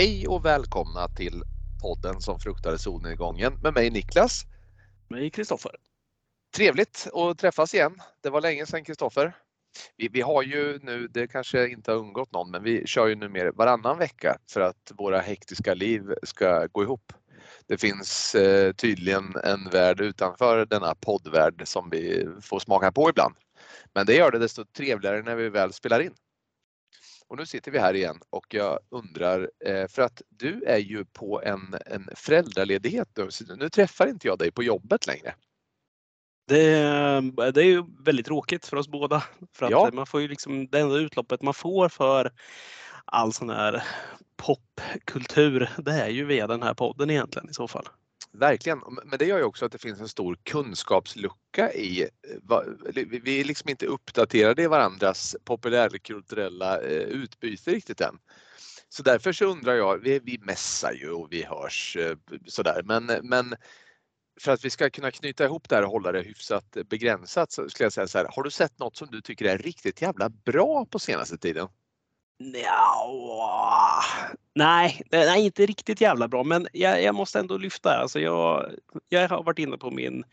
Hej och välkomna till podden som fruktade solnedgången med mig Niklas. Mig Kristoffer. Trevligt att träffas igen. Det var länge sedan Kristoffer. Vi har ju nu, det kanske inte har undgått någon, men vi kör ju nu mer varannan vecka för att våra hektiska liv ska gå ihop. Det finns tydligen en värld utanför denna poddvärld som vi får smaka på ibland. Men det gör det desto trevligare när vi väl spelar in. Och nu sitter vi här igen och jag undrar, för att du är ju på en föräldraledighet nu träffar inte jag dig på jobbet längre. Det är ju väldigt tråkigt för oss båda. För att Ja. man får ju liksom det enda utloppet man får för all sån här popkultur. Det är ju via den här podden egentligen i så fall. Verkligen, men det gör ju också att det finns en stor kunskapslucka i, vi är liksom inte uppdaterade i varandras populärkulturella utbyte riktigt än. Så därför så undrar jag, vi mässar ju och vi hörs sådär, men för att vi ska kunna knyta ihop det här och hålla det hyfsat begränsat så skulle jag säga så här, har du sett något som du tycker är riktigt jävla bra på senaste tiden? Nej, inte riktigt jävla bra, men jag måste ändå lyfta. Alltså jag har varit inne på min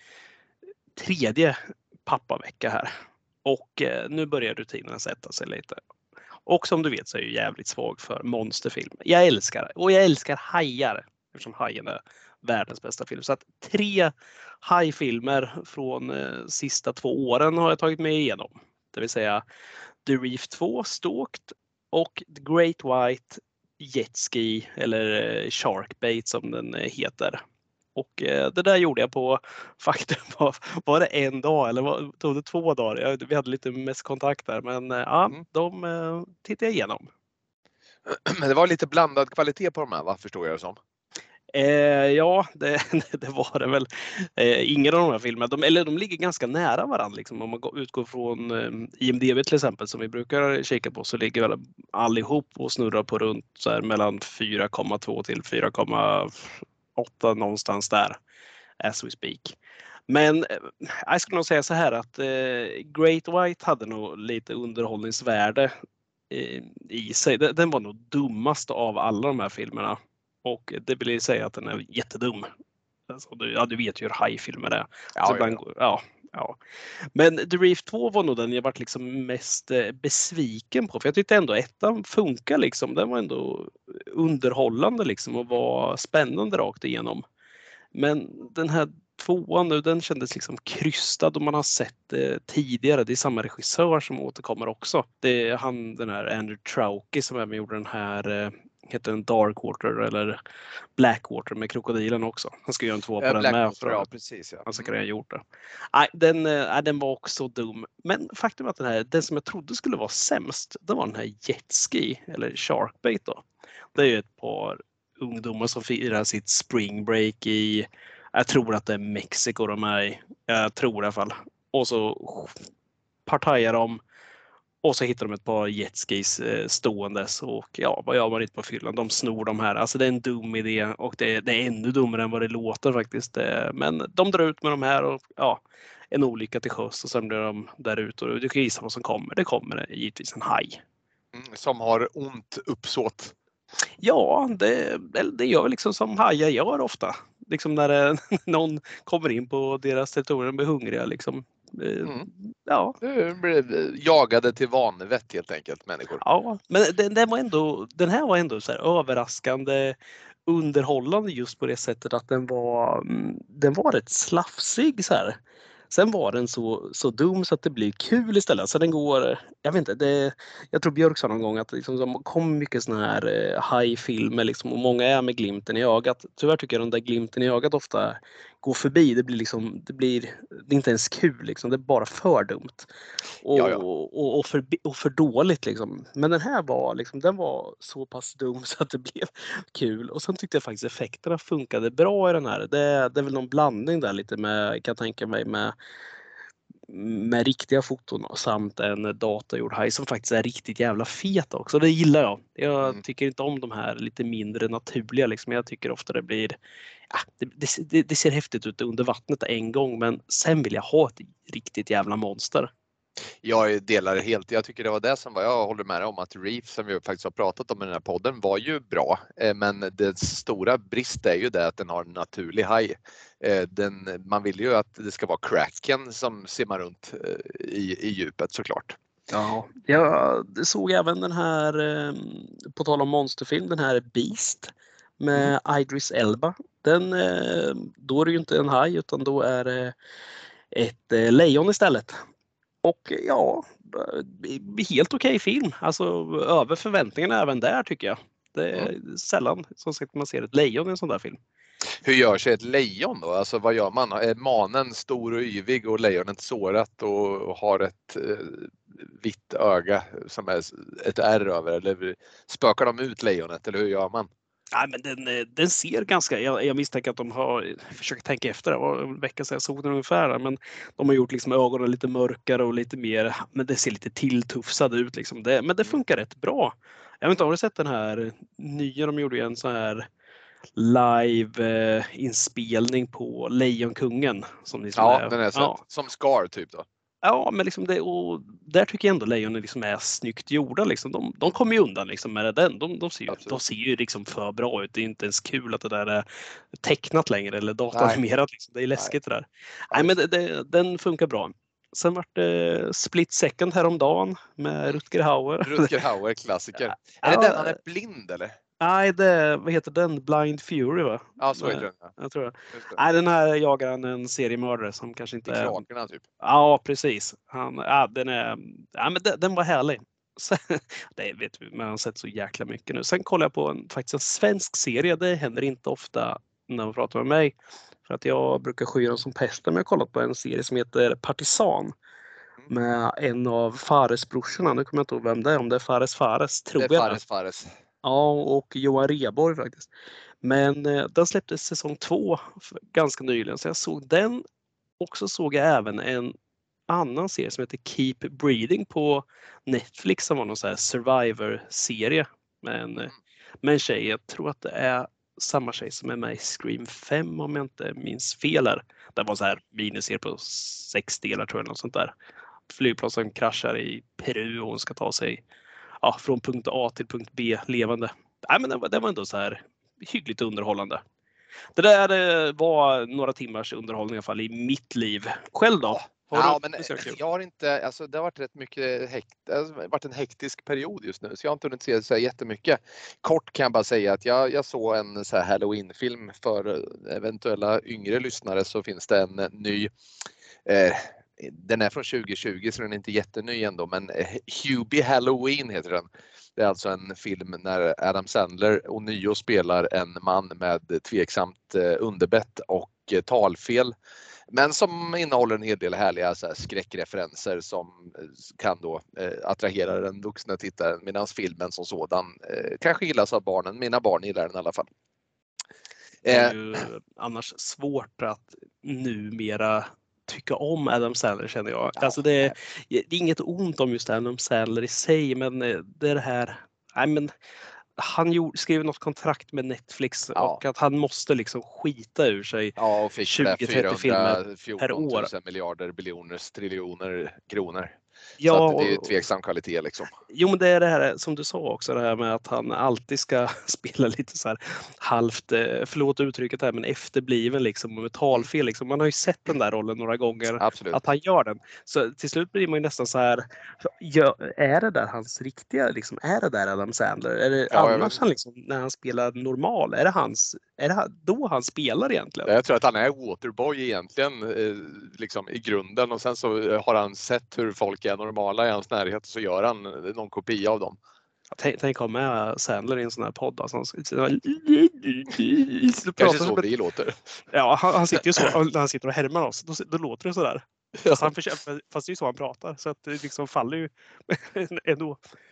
3:e pappavecka här och nu börjar rutinerna sätta sig lite. Och som du vet så är jag jävligt svag för monsterfilm. Jag älskar hajar eftersom hajen är världens bästa film. Så att 3 hajfilmer från sista 2 åren har jag tagit mig igenom. Det vill säga The Reef 2, Stalked och The Great White Jetski eller Sharkbait som den heter. Och det där gjorde jag på, faktum var det en dag eller tog det 2 dagar? Vi hade lite mest kontakt där, men de tittade jag igenom. Men det var lite blandad kvalitet på de här, va? Förstår jag det som. Ja, det var det väl. Ingen av de här filmerna, de ligger ganska nära varandra. Liksom. Om man utgår från IMDb till exempel som vi brukar kika på så ligger väl allihop och snurrar på runt så här, mellan 4,2 till 4,8 någonstans där. As we speak. Men jag skulle nog säga så här att Great White hade nog lite underhållningsvärde i sig. Den var nog dummast av alla de här filmerna. Och det vill säga att den är jättedum. Alltså, du vet ju hur hajfilmer är. Ja. Men The Reef 2 var nog den jag varit liksom mest besviken på. För jag tyckte ändå ettan funkar liksom. Den var ändå underhållande liksom och var spännande rakt igenom. Men den här 2:an nu, den kändes liksom krystad och man har sett det tidigare. Det är samma regissör som återkommer också. Det är han, den här Andrew Trauki som även gjorde den här, heter den Darkwater eller Blackwater med krokodilen också. Han ska göra en 2 på den med. Ja, precis. Ja. Han säkert redan gjort det. Nej, den var också dum. Men faktum är att den som jag trodde skulle vara sämst, det var den här Jetski eller Sharkbait då. Det är ju ett par ungdomar som firar sitt spring break i, jag tror att det är Mexiko de är i. Jag tror i alla fall. Och så partajar de och så hittar de ett par jetskis ståendes och ja, vad gör man inte på fyllan? De snor de här. Alltså det är en dum idé och det är ännu dummare än vad det låter faktiskt. Men de drar ut med de här och ja, en olycka till sjöss och sen blir de där ute och du kan gissa vad som kommer. Det kommer givetvis en haj. Som har ont uppsåt. Ja, det gör väl liksom som hajar gör ofta. Liksom när någon kommer in på deras territorium och blir hungriga. Liksom. Ja. Jagade till vanvett helt enkelt människor. Ja, men den här var ändå så här överraskande underhållande just på det sättet att den var rätt slafsig så här. Sen var den så dum så att det blir kul istället. Så den går, jag vet inte, jag tror Björk sa någon gång att liksom, det kom mycket såna här hajfilmer liksom, och många är med glimten i ögat. Tyvärr tycker jag den där glimten i ögat ofta går förbi. Det är inte ens kul liksom, det är bara för dumt. Och för dåligt liksom. Men den här var liksom, den var så pass dum så att det blev kul. Och sen tyckte jag faktiskt effekterna funkade bra i den här. Det är väl någon blandning där lite med, kan jag tänka mig, med riktiga foton samt en datagjord haj som faktiskt är riktigt jävla fet också. Det gillar jag. Jag tycker inte om de här lite mindre naturliga liksom. Jag tycker ofta det blir det ser häftigt ut under vattnet en gång, men sen vill jag ha ett riktigt jävla monster. Jag delar helt. Jag tycker det var det som jag håller med om, att Reef, som vi faktiskt har pratat om i den här podden, var ju bra. Men det stora brist är ju det att den har en naturlig haj. Man vill ju att det ska vara kraken som simmar runt i djupet såklart. Ja, jag såg även den här, på tal om monsterfilm, den här Beast med Idris Elba. Då är det ju inte en haj utan då är det ett lejon istället. Och ja, helt okej film. Alltså över förväntningarna även där tycker jag. Det är sällan som sagt man ser ett lejon i en sån där film. Hur gör sig ett lejon då? Alltså vad gör man? Är manen stor och yvig och lejonet sårat och har ett vitt öga som är ett ärr över? Eller spökar de ut lejonet eller hur gör man? Nej, men den ser ganska... Jag misstänker att de har försökt tänka efter. Det var en vecka sedan jag såg den ungefär. Men de har gjort liksom ögonen lite mörkare och lite mer... Men det ser lite tilltufsad ut. Liksom. Men det funkar rätt bra. Jag vet inte, har du sett den här nya? De gjorde ju en sån här live-inspelning på Lejonkungen. Som liksom Ja, den är sett. ja. Som Scar typ då. Ja, men liksom och där tycker jag ändå lejonen liksom är snyggt gjorda. Liksom. De kommer ju undan liksom med den. De ser ju liksom för bra ut. Det är inte ens kul att det där är tecknat längre eller datanimerat. Liksom. Det är läskigt det där. Nej, men den funkar bra. Sen vart det Split Second häromdagen med Rutger Hauer. Rutger Hauer, klassiker. Är det den han är blind eller? Nej, vad heter den? Blind Fury va? Ja, så heter den. Ja. Jag tror det. Nej, den här jagar han en seriemördare som kanske inte är... Kloakerna typ. Ja, precis. Den var härlig. Det vet vi, man har sett så jäkla mycket nu. Sen kollar jag på faktiskt en svensk serie. Det händer inte ofta när man pratar med mig. För att jag brukar sky dem som pesten. Men jag har kollat på en serie som heter Partisan. Med en av Fares-brorsorna. Nu kommer jag inte ihåg vem det är. Om det är Fares, tror jag. Det är Fares. Ja, och Johan Rheborg faktiskt. Men den släpptes säsong 2 ganska nyligen. Så jag såg den. Och så såg jag även en annan serie som heter Keep Breeding på Netflix som var någon så här Survivor-serie med en tjej. Jag tror att det är samma tjej som är med i Scream 5 om jag inte minns fel här. Det var så här miniserie på 6 delar tror jag, något sånt där. Flygplan som kraschar i Peru och hon ska ta sig från punkt A till punkt B levande. Nej, men det var ändå så här hyggligt underhållande. Det där var några timmars underhållning i alla fall i mitt liv. Själv då? Men jag har inte, alltså det har varit rätt mycket det har varit en hektisk period just nu så jag har inte hunnit se så jättemycket. Kort kan jag bara säga att jag såg en så här Halloween-film för eventuella yngre lyssnare, så finns det en ny den är från 2020 så den är inte jätteny ändå, men Hubie Halloween heter den. Det är alltså en film när Adam Sandler ånyo spelar en man med tveksamt underbett och talfel. Men som innehåller en hel del härliga så här, skräckreferenser som kan då attrahera den vuxna tittaren, medan filmen som sådan kanske gillas av barnen. Mina barn gillar den i alla fall. Det är ju annars svårt att numera tycka om Adam Sandler, känner jag. Ja, alltså det är inget ont om just Adam Sandler i sig, men det är det här... Han skrev något kontrakt med Netflix och att han måste liksom skita ur sig och fick 20-30 filmer per år. 000 miljarder, biljoner, triljoner kronor. Ja, så att det är tveksam kvalitet liksom. Jo, men det är det här som du sa också, det här med att han alltid ska spela lite så här halvt, förlåt uttrycket här, men efterbliven liksom med talfel liksom. Man har ju sett den där rollen några gånger. Absolut. Att han gör den. Så till slut blir man ju nästan så här, är det där hans riktiga liksom, är det där Adam Sandler? Är det annars han liksom, när han spelar normal, är det då han spelar egentligen? Jag tror att han är Waterboy egentligen liksom i grunden, och sen så har han sett hur folk är normala i hans närhet och så gör han någon kopia av dem. Tänk ha med Sandler i en sån här podd. Alltså, kanske så det låter. Ja, han sitter ju så, när han sitter och härmar oss, då låter det sådär. Fast det är så han pratar, så att det liksom faller ju ändå.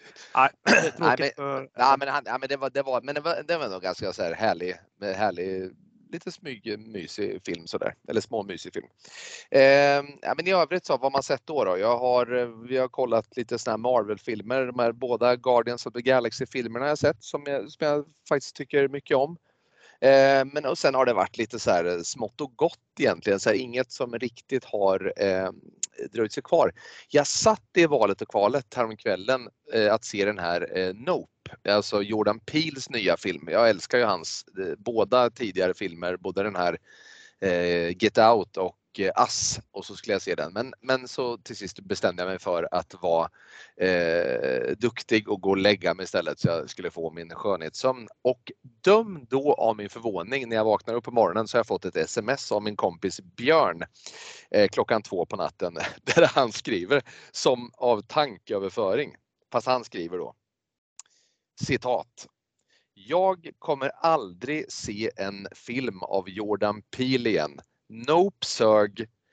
Det var nog ganska så här härlig lite mysig film sådär, eller småmysig film. Men i övrigt så, vad man sett då? Vi har kollat lite såna här Marvel-filmer, de här båda Guardians of the Galaxy-filmerna jag sett som jag faktiskt tycker mycket om. Men och sen har det varit lite så här smått och gott egentligen, så här, inget som riktigt har dröjt sig kvar. Jag satt i valet och kvalet häromkvällen att se den här Nope, alltså Jordan Peels nya film. Jag älskar ju hans båda tidigare filmer, både den här Get Out och Us, och så skulle jag se den. Men så till sist bestämde jag mig för att vara duktig och gå och lägga mig istället så jag skulle få min skönhetssömn. Och döm då av min förvåning när jag vaknar upp på morgonen så har jag fått ett sms av min kompis Björn klockan 2 på natten där han skriver som av tankeöverföring. Fast han skriver då citat: jag kommer aldrig se en film av Jordan Peele igen. Nope sög.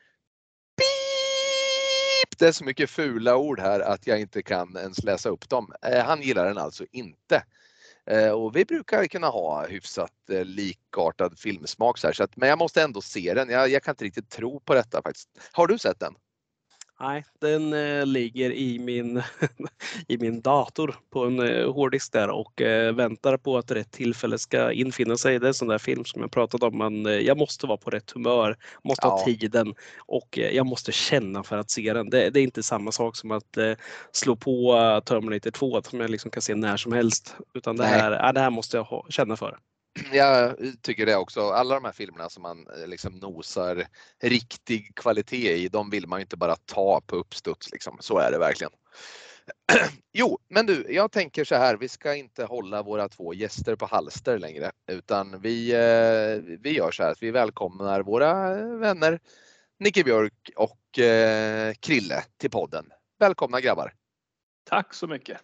Beep! Det är så mycket fula ord här att jag inte kan ens läsa upp dem. Han gillar den alltså inte. Och vi brukar kunna ha hyfsat likartad filmsmak så här, så att, men jag måste ändå se den. Jag kan inte riktigt tro på detta faktiskt. Har du sett den? Nej, den ligger i min dator på en hårddisk där och väntar på att rätt tillfälle ska infinna sig. Det är en sån där film som jag pratat om, men jag måste vara på rätt humör, måste ha tiden och jag måste känna för att se den. Det är inte samma sak som att slå på Terminator 2 som jag liksom kan se när som helst, utan det här måste jag känna för. Jag tycker det också. Alla de här filmerna som man liksom nosar riktig kvalitet i, de vill man inte bara ta på uppstuds liksom. Så är det verkligen. Jo, men du, jag tänker så här, vi ska inte hålla våra 2 gäster på halster längre, utan vi gör så här att vi välkomnar våra vänner Nicke Björk och Krille till podden. Välkomna grabbar. Tack så mycket.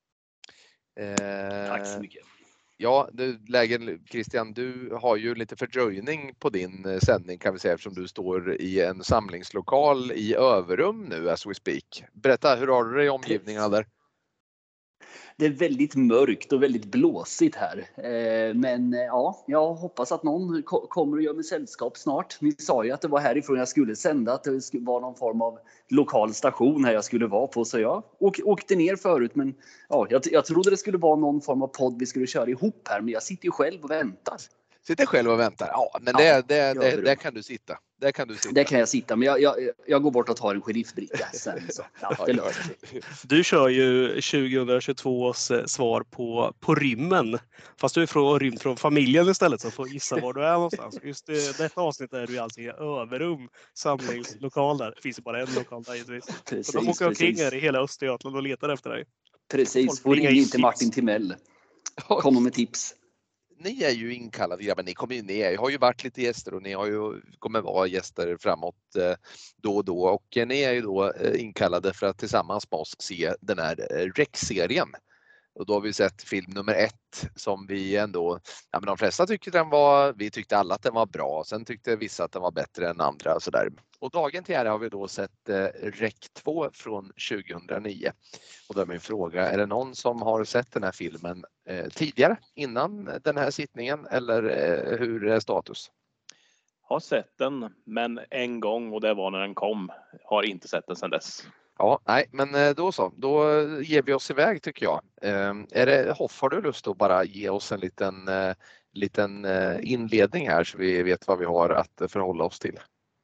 Tack så mycket. Ja, Christian, du har ju lite fördröjning på din sändning kan vi säga, eftersom du står i en samlingslokal i Överum nu as we speak. Berätta, hur har du det i omgivningarna där? Det är väldigt mörkt och väldigt blåsigt här. Men ja, jag hoppas att någon kommer och gör mig sällskap snart. Ni sa ju att det var härifrån jag skulle sända, att det skulle vara någon form av lokal station här jag skulle vara på. Så jag åkte ner förut, men ja, jag trodde det skulle vara någon form av podd vi skulle köra ihop här. Men jag sitter ju själv och väntar. Sitter själv och väntar? Ja, men där kan du sitta. Där kan jag sitta, men jag går bort och tar en sheriffbricka sen. Så. Ja, det löser sig. Du kör ju 2022 års svar på rymmen. Fast du är rymt från familjen istället, så får gissa var du är någonstans. Just detta avsnitt är du alltså i Överum samlingslokal där. Det finns ju bara en lokal där givetvis. Precis, och de åker omkring här i hela Östergötland och letar efter dig. Precis, och ring inte Martin Timell. Kom med tips. Ni är ju inkallade grabbar, ni har ju varit lite gäster och ni kommer vara gäster framåt då och då, och ni är ju då inkallade för att tillsammans med oss se den här REC-serien. Och då har vi sett film nummer 1 som vi ändå, ja men de flesta tyckte vi tyckte alla att den var bra, sen tyckte vissa att den var bättre än andra och sådär. Och dagen till här har vi då sett REC 2 från 2009. Och då är min fråga, är det någon som har sett den här filmen tidigare innan den här sittningen, eller hur är status? Har sett den, men en gång, och det var när den kom. Har inte sett den sedan dess. Ja, nej, men då så. Då ger vi oss iväg tycker jag. Är det Hoff, har du lust att bara ge oss en liten inledning här så vi vet vad vi har att förhålla oss till?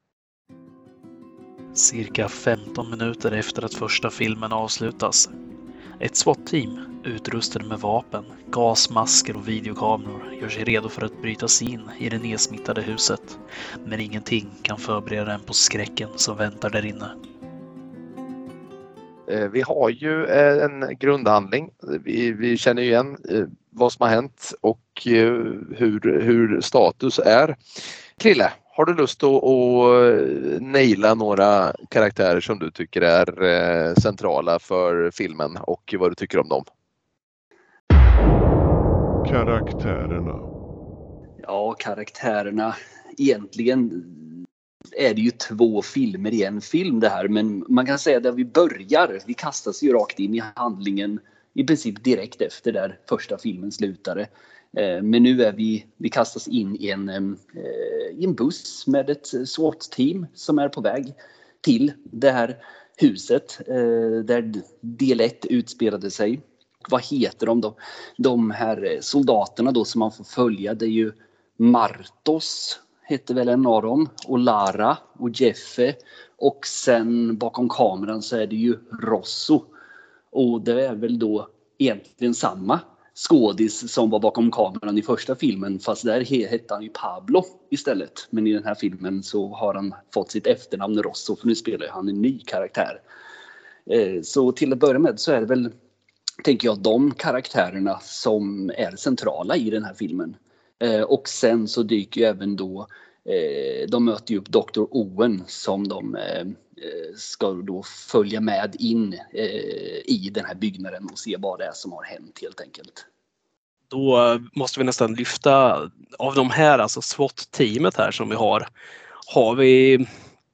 Cirka 15 minuter efter att första filmen avslutas. Ett SWAT-team utrustade med vapen, gasmasker och videokameror gör sig redo för att bryta sig in i det nedsmittade huset. Men ingenting kan förbereda dem på skräcken som väntar där inne. Vi har ju en grundhandling. Vi känner ju igen vad som har hänt och hur status är. Krille, har du lust att naila några karaktärer som du tycker är centrala för filmen och vad du tycker om dem? Karaktärerna. Ja, karaktärerna. Egentligen är det ju 2 filmer i en film det här, men man kan säga att vi kastas ju rakt in i handlingen i princip direkt efter där första filmen slutade. Men nu är vi kastas in i en buss med ett SWAT-team som är på väg till det här huset där del 1 utspelade sig. Vad heter de då? De här soldaterna då som man får följa, det är ju Martos hette väl en av dem. Och Lara och Jeffe. Och sen bakom kameran så är det ju Rosso. Och det är väl då egentligen samma skådis som var bakom kameran i första filmen. Fast där hette han ju Pablo istället. Men i den här filmen så har han fått sitt efternamn Rosso. För nu spelar han en ny karaktär. Så till att börja med så är det väl, tänker jag, de karaktärerna som är centrala i den här filmen. Och sen så dyker ju även då, de möter ju upp Dr. Owen som de ska då följa med in i den här byggnaden och se vad det är som har hänt helt enkelt. Då måste vi nästan lyfta av de här, alltså SWAT-teamet här som vi har vi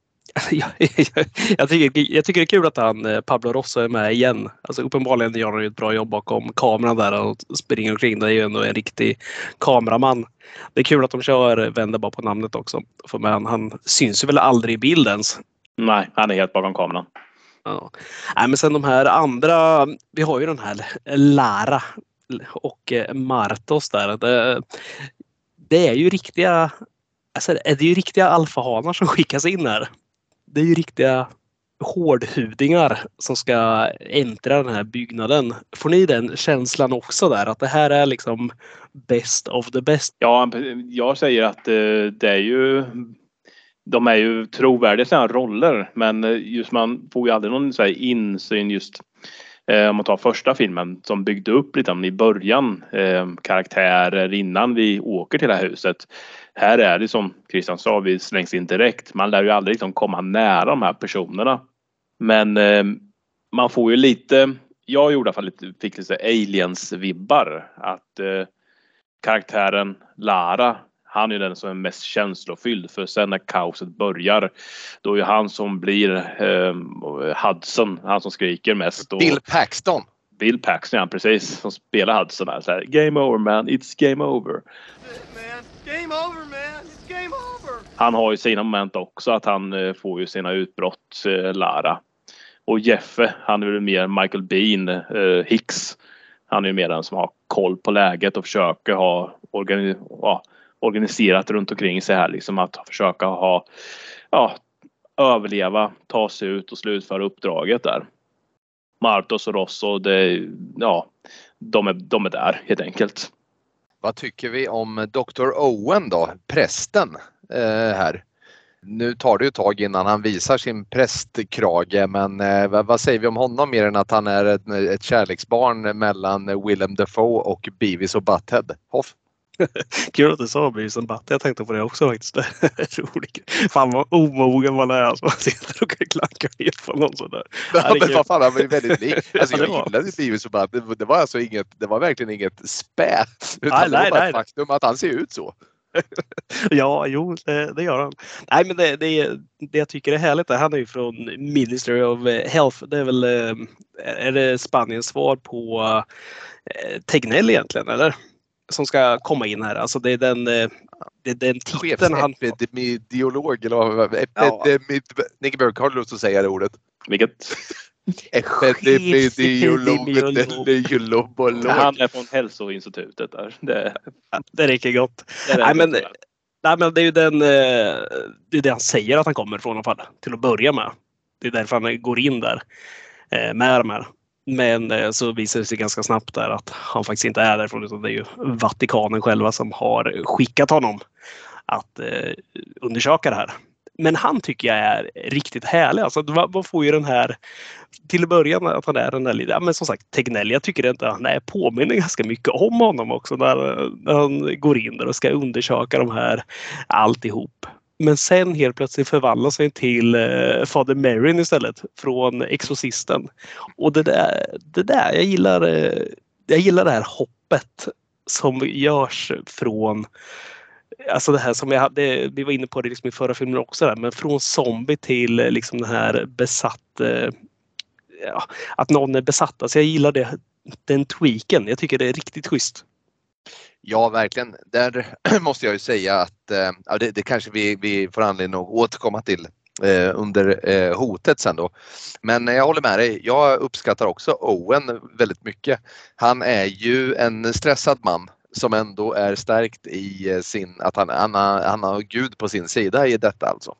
jag tycker det är kul att Pablo Rosso är med igen. Alltså uppenbarligen gör han ju ett bra jobb bakom kameran där och springer omkring. Det är ju ändå en riktig kameraman. Det är kul att de vänder bara på namnet också. För han syns ju väl aldrig i bilden. Nej, han är helt bakom kameran. Ja. Nej, men sen de här andra, vi har ju den här Lara och Martos där. Det är ju riktiga, alltså det är ju riktiga alfahanar som skickas in här. Det är ju riktiga hårdhudingar som ska äntra den här byggnaden. Får ni den känslan också där? Att det här är liksom best of the best? Ja, jag säger att det är ju... De är ju trovärdiga sina roller, men just man får ju aldrig någon så här insyn just om man tar första filmen som byggde upp lite i början karaktärer innan vi åker till det här huset. Här är det som Christian sa, vi slängs in direkt. Man lär ju aldrig liksom komma nära de här personerna. Men man får ju lite, jag gjorde i alla fall fick lite aliens-vibbar. Att karaktären Lara, han är den som är mest känslofylld. För sen när kaoset börjar, då är han som blir Hudson, han som skriker mest. Och Bill Paxton, ja, precis. Som spelar Hudson här. Så här, game over man, it's game over. Game over, man. It's game over. Han har ju sina moment också, att han får ju sina utbrott, Lara. Och Jeffe, han är ju mer Michael Bean, Hicks. Han är ju mer den som har koll på läget och försöker ha organiserat runt omkring sig här. Liksom att försöka överleva, ta sig ut och slutföra uppdraget där. Martos och Rosso, de är där helt enkelt. vad tycker vi om Dr. Owen då, prästen här? Nu tar det ju ett tag innan han visar sin prästkrage, men vad säger vi om honom mer än att han är ett kärleksbarn mellan Willem Dafoe och Beavis och Butthead? Hoff? Kul att du sa Beavis och Butthead. Jag tänkte på det också faktiskt. Fan vad omogen man är. Alltså. Man sitter och klankar ner på någon sådär. Ja, men vad fan, han var ju väldigt lik. Alltså, jag Ja, gillade Beavis och Butthead. Det var alltså det var verkligen inget spä. Utan det var bara ett faktum att han ser ut så. Ja, jo, det gör han. Nej, men det jag tycker är härligt är, han är ju från Ministry of Health. Det är väl är det Spaniens svar på Tegnell egentligen, eller? Som ska komma in här. Alltså det är den titeln han... Epidemiolog eller vad? Nicky Burke, har du lust att säga det ordet? Vilket? Epidemiolog. Han är från hälsoinstitutet där. Det räcker gott. Nej, men det är ju det är det han säger att han kommer från i alla fall, till att börja med. Det är därför han går in där med de här. Men så visar det sig ganska snabbt där att han faktiskt inte är därifrån, utan det är ju Vatikanen själva som har skickat honom att undersöka det här. Men han tycker jag är riktigt härlig. Alltså, vad får ju den här, till början att han är den där lite, men som sagt Tegnell, jag tycker inte han påminner ganska mycket om honom också när han går in där och ska undersöka de här alltihop. Men sen helt plötsligt förvandlar sig till Father Merrin istället från Exorcisten. Och det där jag gillar det här hoppet som görs från, alltså det här som vi var inne på det liksom i förra filmen också där, men från zombie till liksom den här besatt, att någon är besatt. Alltså jag gillar den tweaken. Jag tycker det är riktigt schysst. Ja, verkligen. Där måste jag ju säga att det kanske vi får anledning att återkomma till under hotet sen då. Men jag håller med dig. Jag uppskattar också Owen väldigt mycket. Han är ju en stressad man som ändå är stärkt i att han har Gud på sin sida i detta alltså.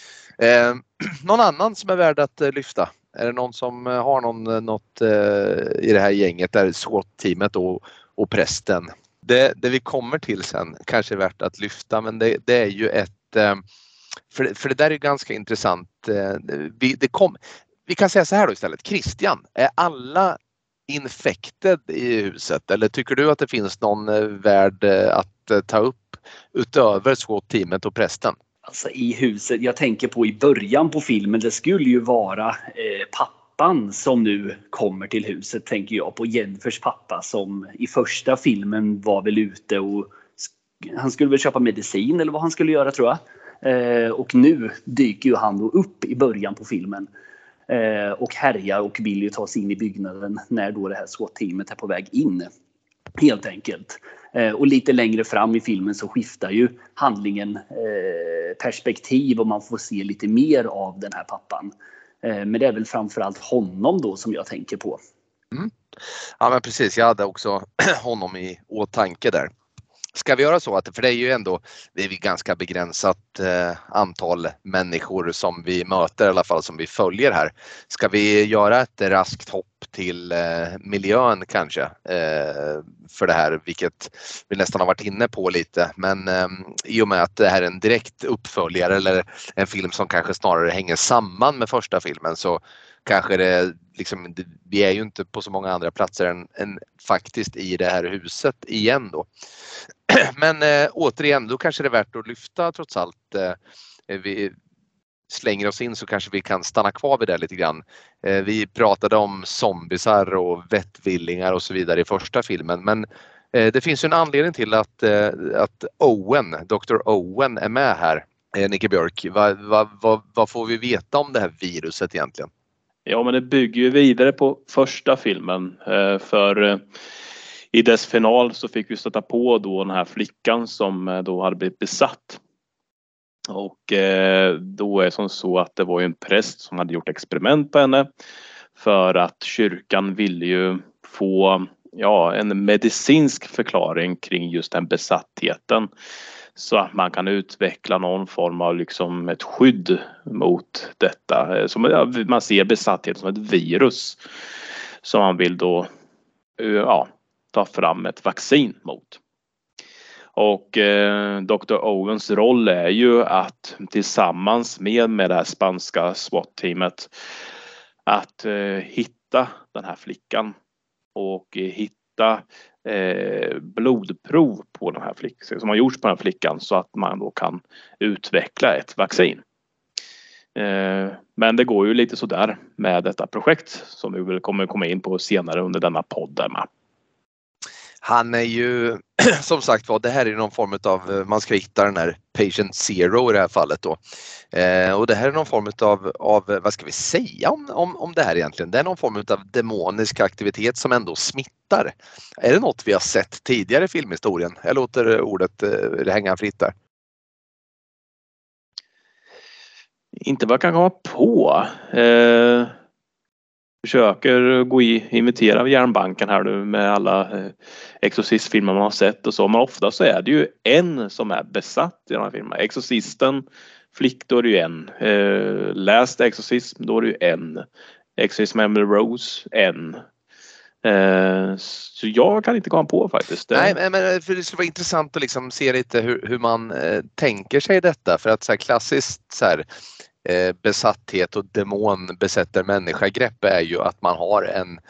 Någon annan som är värd att lyfta? Är det någon som har något i det här gänget där SWAT-teamet och prästen? Det vi kommer till sen kanske är värt att lyfta, men det är ju för det där är ganska intressant. Vi kan säga så här då istället. Christian, är alla infected i huset, eller tycker du att det finns någon värd att ta upp utöver SWAT-teamet och prästen? Alltså i huset, jag tänker på i början på filmen, det skulle ju vara pappan som nu kommer till huset, tänker jag på. Jennifers pappa som i första filmen var väl ute och han skulle väl köpa medicin eller vad han skulle göra, tror jag. Och nu dyker ju han då upp i början på filmen och härjar och vill ju ta sig in i byggnaden när då det här SWAT-teamet är på väg in. Helt enkelt. Och lite längre fram i filmen så skiftar ju handlingen perspektiv och man får se lite mer av den här pappan. Men det är väl framförallt honom då som jag tänker på. Mm. Ja men precis, jag hade också honom i åtanke där. Ska vi göra så att, för det är ju ändå, det är ganska begränsat antal människor som vi möter, i alla fall som vi följer här. Ska vi göra ett raskt hopp till miljön kanske för det här, vilket vi nästan har varit inne på lite, men i och med att det här är en direkt uppföljare eller en film som kanske snarare hänger samman med första filmen, så kanske det liksom, vi är ju inte på så många andra platser än faktiskt i det här huset igen då. Men återigen, då kanske det är värt att lyfta trots allt. Vi slänger oss in så kanske vi kan stanna kvar vid det lite grann. Vi pratade om zombisar och vettvillingar och så vidare i första filmen, men det finns ju en anledning till att Dr. Owen är med här. Nicke Björk, vad får vi veta om det här viruset egentligen? Ja, men det bygger ju vidare på första filmen, för i dess final så fick vi stöta på då den här flickan som då hade blivit besatt. Och då är det som så att det var ju en präst som hade gjort experiment på henne, för att kyrkan ville ju få en medicinsk förklaring kring just den besattheten, så att man kan utveckla någon form av liksom ett skydd mot detta. Som man ser besatthet som ett virus som man vill då ta fram ett vaccin mot. Och Dr. Owens roll är ju att tillsammans med det här spanska SWAT-teamet att hitta den här flickan och hitta blodprov på den här flickan som har gjorts på den här flickan, så att man då kan utveckla ett vaccin. Men det går ju lite sådär med detta projekt som vi väl kommer komma in på senare under denna podd där med. Han är ju, som sagt var, det här är någon form av, man ska hitta den här patient zero i det här fallet då. Och det här är någon form av vad ska vi säga om det här egentligen? Det är någon form av demonisk aktivitet som ändå smittar. Är det något vi har sett tidigare i filmhistorien? Jag låter ordet hänga fritt där. Inte vad jag kan komma på. Försöker imitera järnbanken här nu med alla exorcistfilmer man har sett och så. Men ofta så är det ju en som är besatt i de här filmerna. Exorcisten, flick, då är det ju en. Last Exorcism, då är det ju en. Exorcism Emily Rose, en. Så jag kan inte komma på faktiskt. Nej, men för det skulle vara intressant att liksom se lite hur man tänker sig detta. För att så här klassiskt så här, besatthet och demon besätter människa-grepp är ju att man har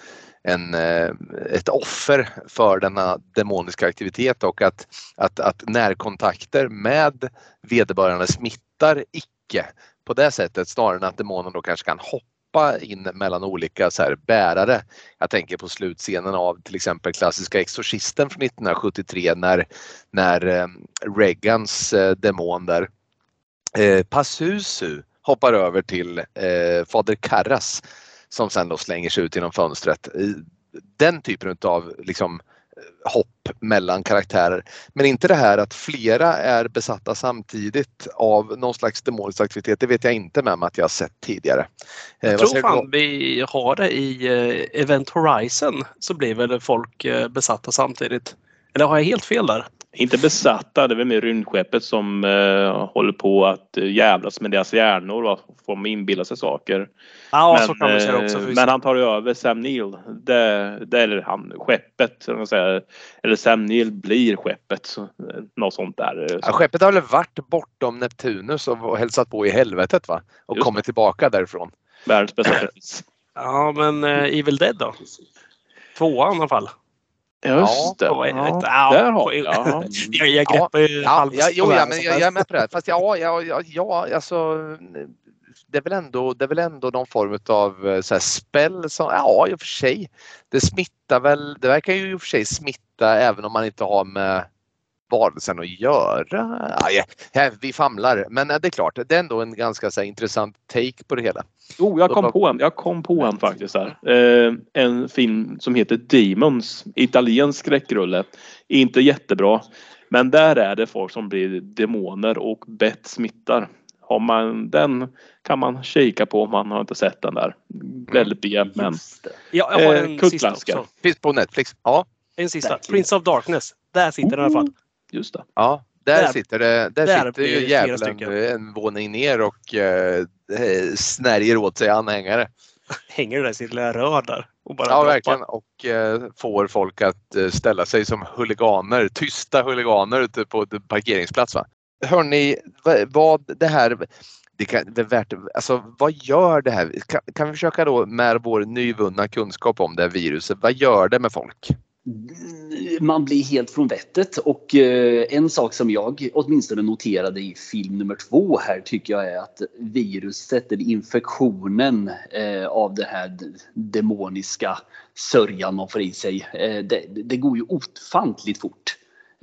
ett offer för denna demoniska aktivitet, och att närkontakter med vederbörande smittar icke på det sättet, snarare än att demonen då kanske kan hoppa in mellan olika så här bärare. Jag tänker på slutscenen av till exempel klassiska Exorcisten från 1973 när Reagans demon där Pazuzu hoppar över till Fader Karras som sen då slänger sig ut genom fönstret. Den typen av liksom hopp mellan karaktärer. Men inte det här att flera är besatta samtidigt av någon slags demonisk aktivitet. Det vet jag inte med mig att jag har sett tidigare. Jag tror fan vi har det i Event Horizon, så blir väl folk besatta samtidigt. Eller har jag helt fel där? Inte besatta, det är väl mer rymdskeppet som håller på att jävlas med deras hjärnor och får dem inbilla sig saker. Ja, Men, så kan man säga också. Men han tar ju över Sam Neill. Det är han, skeppet. Eller Sam Neill blir skeppet. Så, något sånt där. Ja, skeppet har väl varit bortom Neptunus och hälsat på i helvetet, va? Och Just kommit tillbaka därifrån. Världens bästa pris. Ja, men Evil Dead då? 2 i alla fall. Just det. Ja, Ja, där har ja. Jag greppar ju halvvägs på vägen, men jag är med på det. Fast alltså det är väl ändå någon form av så här spel som, ja, i och för sig. Det smittar väl, det verkar ju i och för sig smitta även om man inte har med varelsen att göra. Ja, vi famlar, men det är klart, det är ändå en ganska så här, intressant take på det hela. Jag kom på en faktiskt här. En film som heter Demons, italiensk skräckrulle. Inte jättebra, men där är det folk som blir demoner och bett smittar. Har man den kan man kika på om man har inte sett den där. Väldigt begärt, men jag har en sista också. Finns på Netflix. Ja. En sista. Prince of Darkness. Där sitter den i alla fall. Just det. Ja, där sitter det. Där sitter ju jävlen en våning ner och snärjer åt sig anhängare. Hänger det där sitt lilla rör där och bara droppar. Verkligen. Och får folk att ställa sig som huliganer, tysta huliganer ute på parkeringsplats, va? Hörrni, vad det här det är värt, alltså vad gör det här? Kan vi försöka då med vår nyvunna kunskap om det här viruset, vad gör det med folk? Man blir helt från vettet, och en sak som jag åtminstone noterade i film nummer 2 här tycker jag är att viruset eller infektionen av det här demoniska sörjan man får i sig, det går ju ofantligt fort.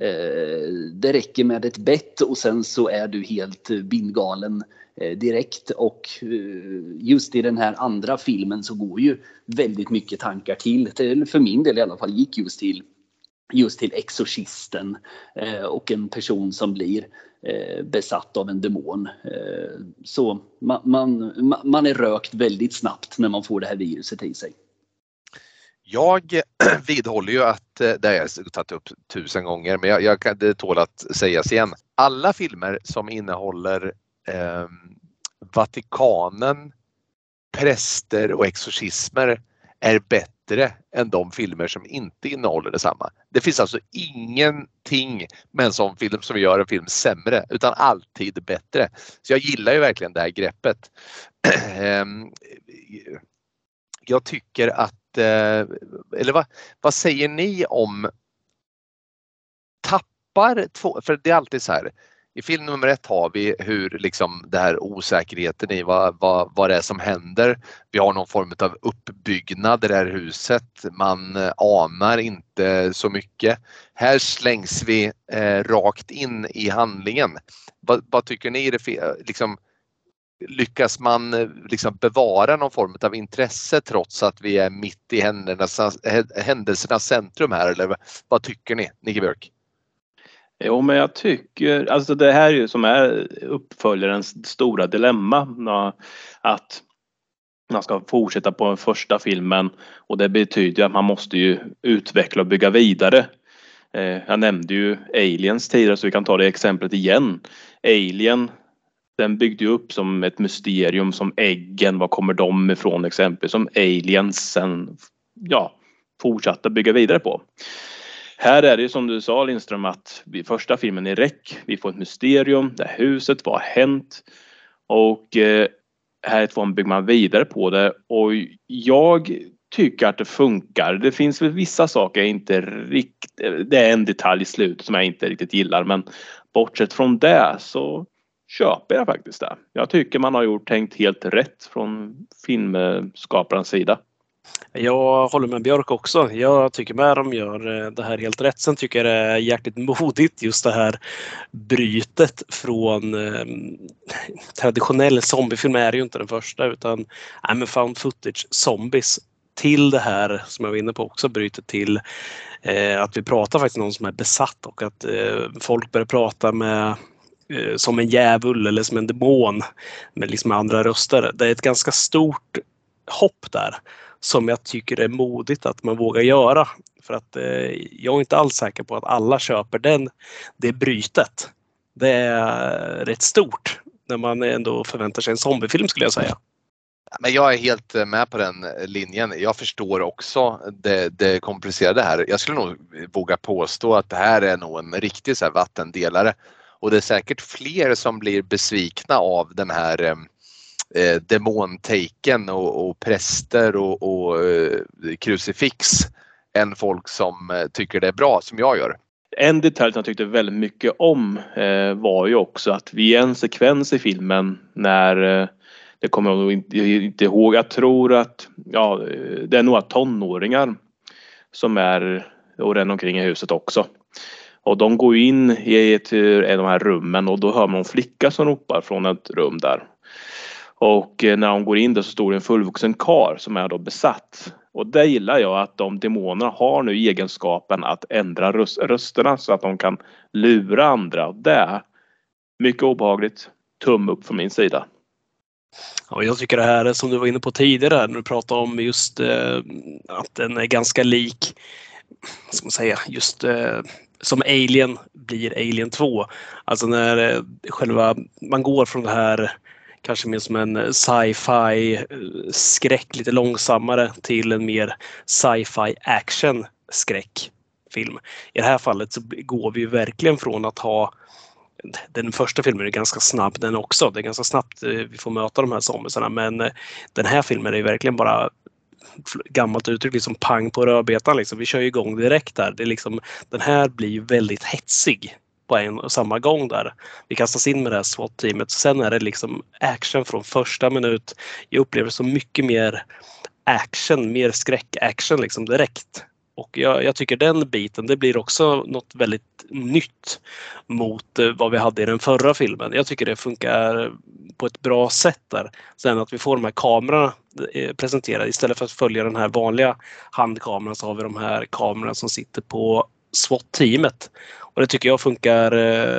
Det räcker med ett bett och sen så är du helt bindgalen direkt, och just i den här andra filmen så går ju väldigt mycket tankar till, för min del i alla fall, gick just till exorcisten och en person som blir besatt av en demon. Så man är rökt väldigt snabbt när man får det här viruset i sig. Jag vidhåller ju att det har jag tagit upp 1000 gånger, men jag kan det tål att sägas igen. Alla filmer som innehåller Vatikanen, präster och exorcismer är bättre än de filmer som inte innehåller detsamma. Det finns alltså ingenting med en sån film som gör en film sämre, utan alltid bättre. Så jag gillar ju verkligen det här greppet. Jag tycker att eller vad säger ni om tappar två, för det är alltid så här. I film nummer 1 har vi hur liksom det här osäkerheten i vad det är som händer. Vi har någon form av uppbyggnad i det här huset. Man anar inte så mycket. Här slängs vi rakt in i handlingen. Vad tycker ni? Liksom, lyckas man liksom bevara någon form av intresse trots att vi är mitt i händelsernas centrum här? Eller vad tycker ni, Nicke Björk? Jo, men jag tycker, alltså det här är ju som är uppföljarens stora dilemma, att man ska fortsätta på den första filmen, och det betyder att man måste ju utveckla och bygga vidare. Jag nämnde ju Aliens tidigare, så vi kan ta det exemplet igen. Alien, den byggde ju upp som ett mysterium, som äggen, var kommer de ifrån exempel, som Aliens sen fortsatte bygga vidare på. Här är det som du sa, Lindström, att vid första filmen i räck, vi får ett mysterium, det här huset, vad har hänt? Och här får man bygga vidare på det, och jag tycker att det funkar. Det finns väl vissa saker jag inte riktigt, det är en detalj i slutet som jag inte riktigt gillar, men bortsett från det så köper jag faktiskt det. Jag tycker man har tänkt helt rätt från filmskaparens sida. Jag håller med Björk också. Jag tycker med de gör det här helt rätt. Sen tycker jag det är jäkligt modigt just det här brytet från traditionell zombiefilm är ju inte den första, utan found footage zombies till det här som jag var inne på också, bryter till att vi pratar faktiskt med någon som är besatt, och att folk börjar prata med som en djävul eller som en demon med liksom andra röster. Det är ett ganska stort hopp där som jag tycker är modigt att man vågar göra. För att jag är inte alls säker på att alla köper det brytet. Det är rätt stort när man ändå förväntar sig en zombiefilm, skulle jag säga. Men jag är helt med på den linjen. Jag förstår också det komplicerade här. Jag skulle nog våga påstå att det här är nog en riktig så här vattendelare. Och det är säkert fler som blir besvikna av den här demontaken och präster och krucifix än folk som tycker det är bra, som jag gör. En detalj som jag tyckte väldigt mycket om var ju också att vi är en sekvens i filmen när det kommer jag inte ihåg. Jag tror att det är några tonåringar som är och ränner omkring i huset också. Och de går in i de här rummen och då hör man en flicka som ropar från ett rum där. Och när de går in där så står det en fullvuxen karl som är då besatt. Och det gillar jag, att de demonerna har nu egenskapen att ändra rösterna så att de kan lura andra. Och det är mycket obehagligt. Tumme upp från min sida. Ja, jag tycker det här som du var inne på tidigare när du pratade om just att den är ganska lik, vad ska man säga, just som Alien blir Alien 2. Alltså när man går från det här kanske mer som en sci-fi skräck lite långsammare till en mer sci-fi action skräckfilm. I det här fallet så går vi ju verkligen från att ha, den första filmen är ganska snabb den också. Det är ganska snabbt vi får möta de här zombiesarna, men den här filmen är ju verkligen bara gammalt uttryck, liksom pang på rödbetan liksom. Vi kör ju igång direkt där. Det är liksom, den här blir ju väldigt hetsig på en och samma gång där. Vi kastas in med det här SWAT-teamet. Sen är det liksom action från första minut. Jag upplever så mycket mer action, mer skräck-action liksom direkt. Och jag tycker den biten, det blir också något väldigt nytt mot vad vi hade i den förra filmen. Jag tycker det funkar på ett bra sätt där. Sen att vi får de här kamerorna presenterade istället för att följa den här vanliga handkameran, så har vi de här kamerorna som sitter på SWAT-teamet. Och det tycker jag funkar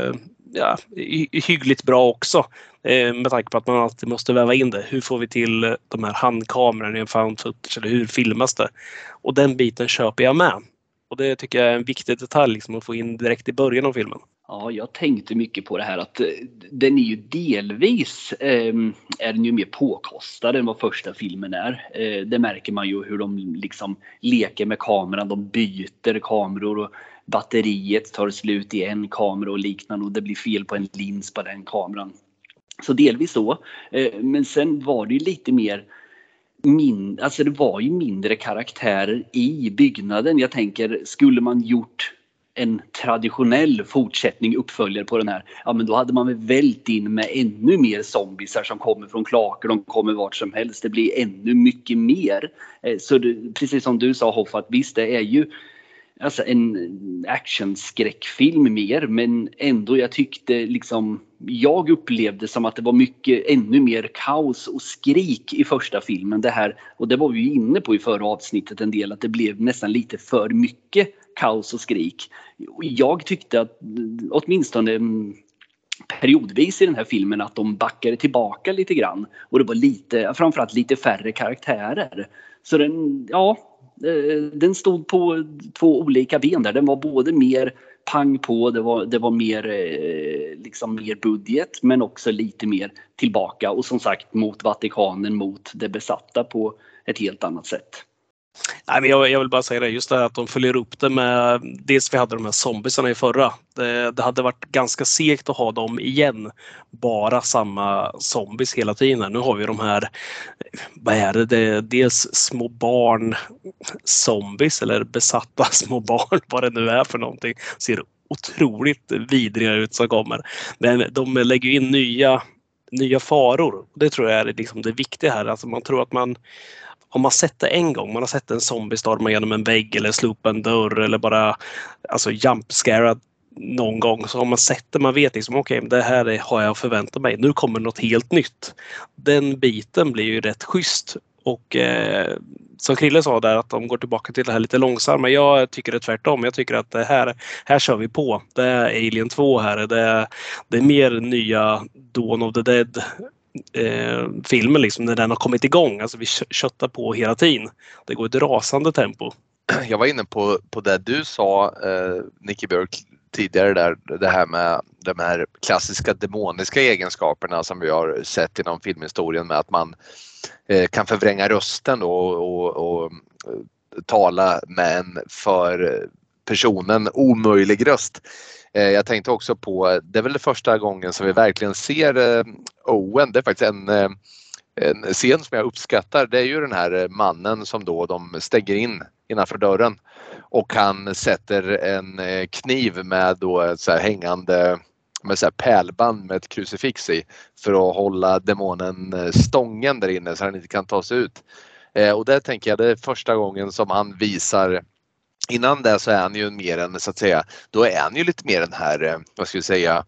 hyggligt bra också. Med tanke på att man alltid måste väva in det. Hur får vi till de här handkamerorna i en found footage, eller hur filmas det? Och den biten köper jag med. Och det tycker jag är en viktig detalj liksom, att få in direkt i början av filmen. Ja, jag tänkte mycket på det här att den är ju delvis är den ju mer påkostad än vad första filmen är. Det märker man ju hur de liksom leker med kameran, de byter kameror och batteriet tar slut i en kamera och liknande och det blir fel på en lins på den kameran. Så delvis så. Men sen var det ju lite mer alltså det var ju mindre karaktärer i byggnaden. Jag tänker, skulle man gjort en traditionell fortsättning, uppföljare på den här, ja men då hade man väl vält in med ännu mer zombiesar som kommer från klaker, de kommer vart som helst. Det blir ännu mycket mer. Så det, precis som du sa Hoff, att visst det är ju alltså en actionskräckfilm mer, men ändå jag tyckte liksom, jag upplevde som att det var mycket ännu mer kaos och skrik i första filmen det här, och det var vi ju inne på i förra avsnittet en del, att det blev nästan lite för mycket kaos och skrik. Jag tyckte att åtminstone periodvis i den här filmen att de backade tillbaka lite grann och det var lite, framförallt lite färre karaktärer. Så den stod på två olika ben där. Den var både mer pang på, det var mer liksom mer budget, men också lite mer tillbaka och som sagt mot Vatikanen, mot det besatta på ett helt annat sätt. Nej, men jag vill bara säga det, just det här att de följer upp det med, dels vi hade de här zombiesarna i förra. Det hade varit ganska segt att ha dem igen, bara samma zombies hela tiden. Nu har vi de här, vad är det, dels små barn zombies eller besatta små barn, vad det nu är för någonting. Ser otroligt vidriga ut som kommer. Men de lägger in nya faror. Det tror jag är liksom det viktiga här. Alltså man tror att om man sett det en gång, man har sett en zombie storma genom en vägg eller slopa en dörr eller bara alltså jumpscare någon gång, så har man sett det, man vet liksom okej, det här har jag förväntat mig, nu kommer något helt nytt. Den biten blir ju rätt schysst och som Krille sa där, att de går tillbaka till det här lite långsamma. Jag tycker det är tvärtom. Jag tycker att det här kör vi på. Det är Alien 2 här. Det är mer nya Dawn of the Dead filmen liksom, när den har kommit igång. Alltså vi köttar på hela tiden. Det går ett rasande tempo. Jag var inne på det du sa, Nicky Björk, tidigare där, det här med de här klassiska demoniska egenskaperna som vi har sett inom filmhistorien, med att man kan förvränga rösten då och tala med en för personen omöjlig röst. Jag tänkte också på, det är väl det första gången som vi verkligen ser Owen. Det är faktiskt en scen som jag uppskattar. Det är ju den här mannen som då de stänger in innanför dörren och han sätter en kniv med då så här hängande med så här pärlband med ett krucifix i för att hålla demonen stången där inne så han inte kan ta sig ut. Och där tänker jag det är första gången som han visar. Innan det så är han ju mer än, så att säga, då är han ju lite mer den här, vad ska vi säga,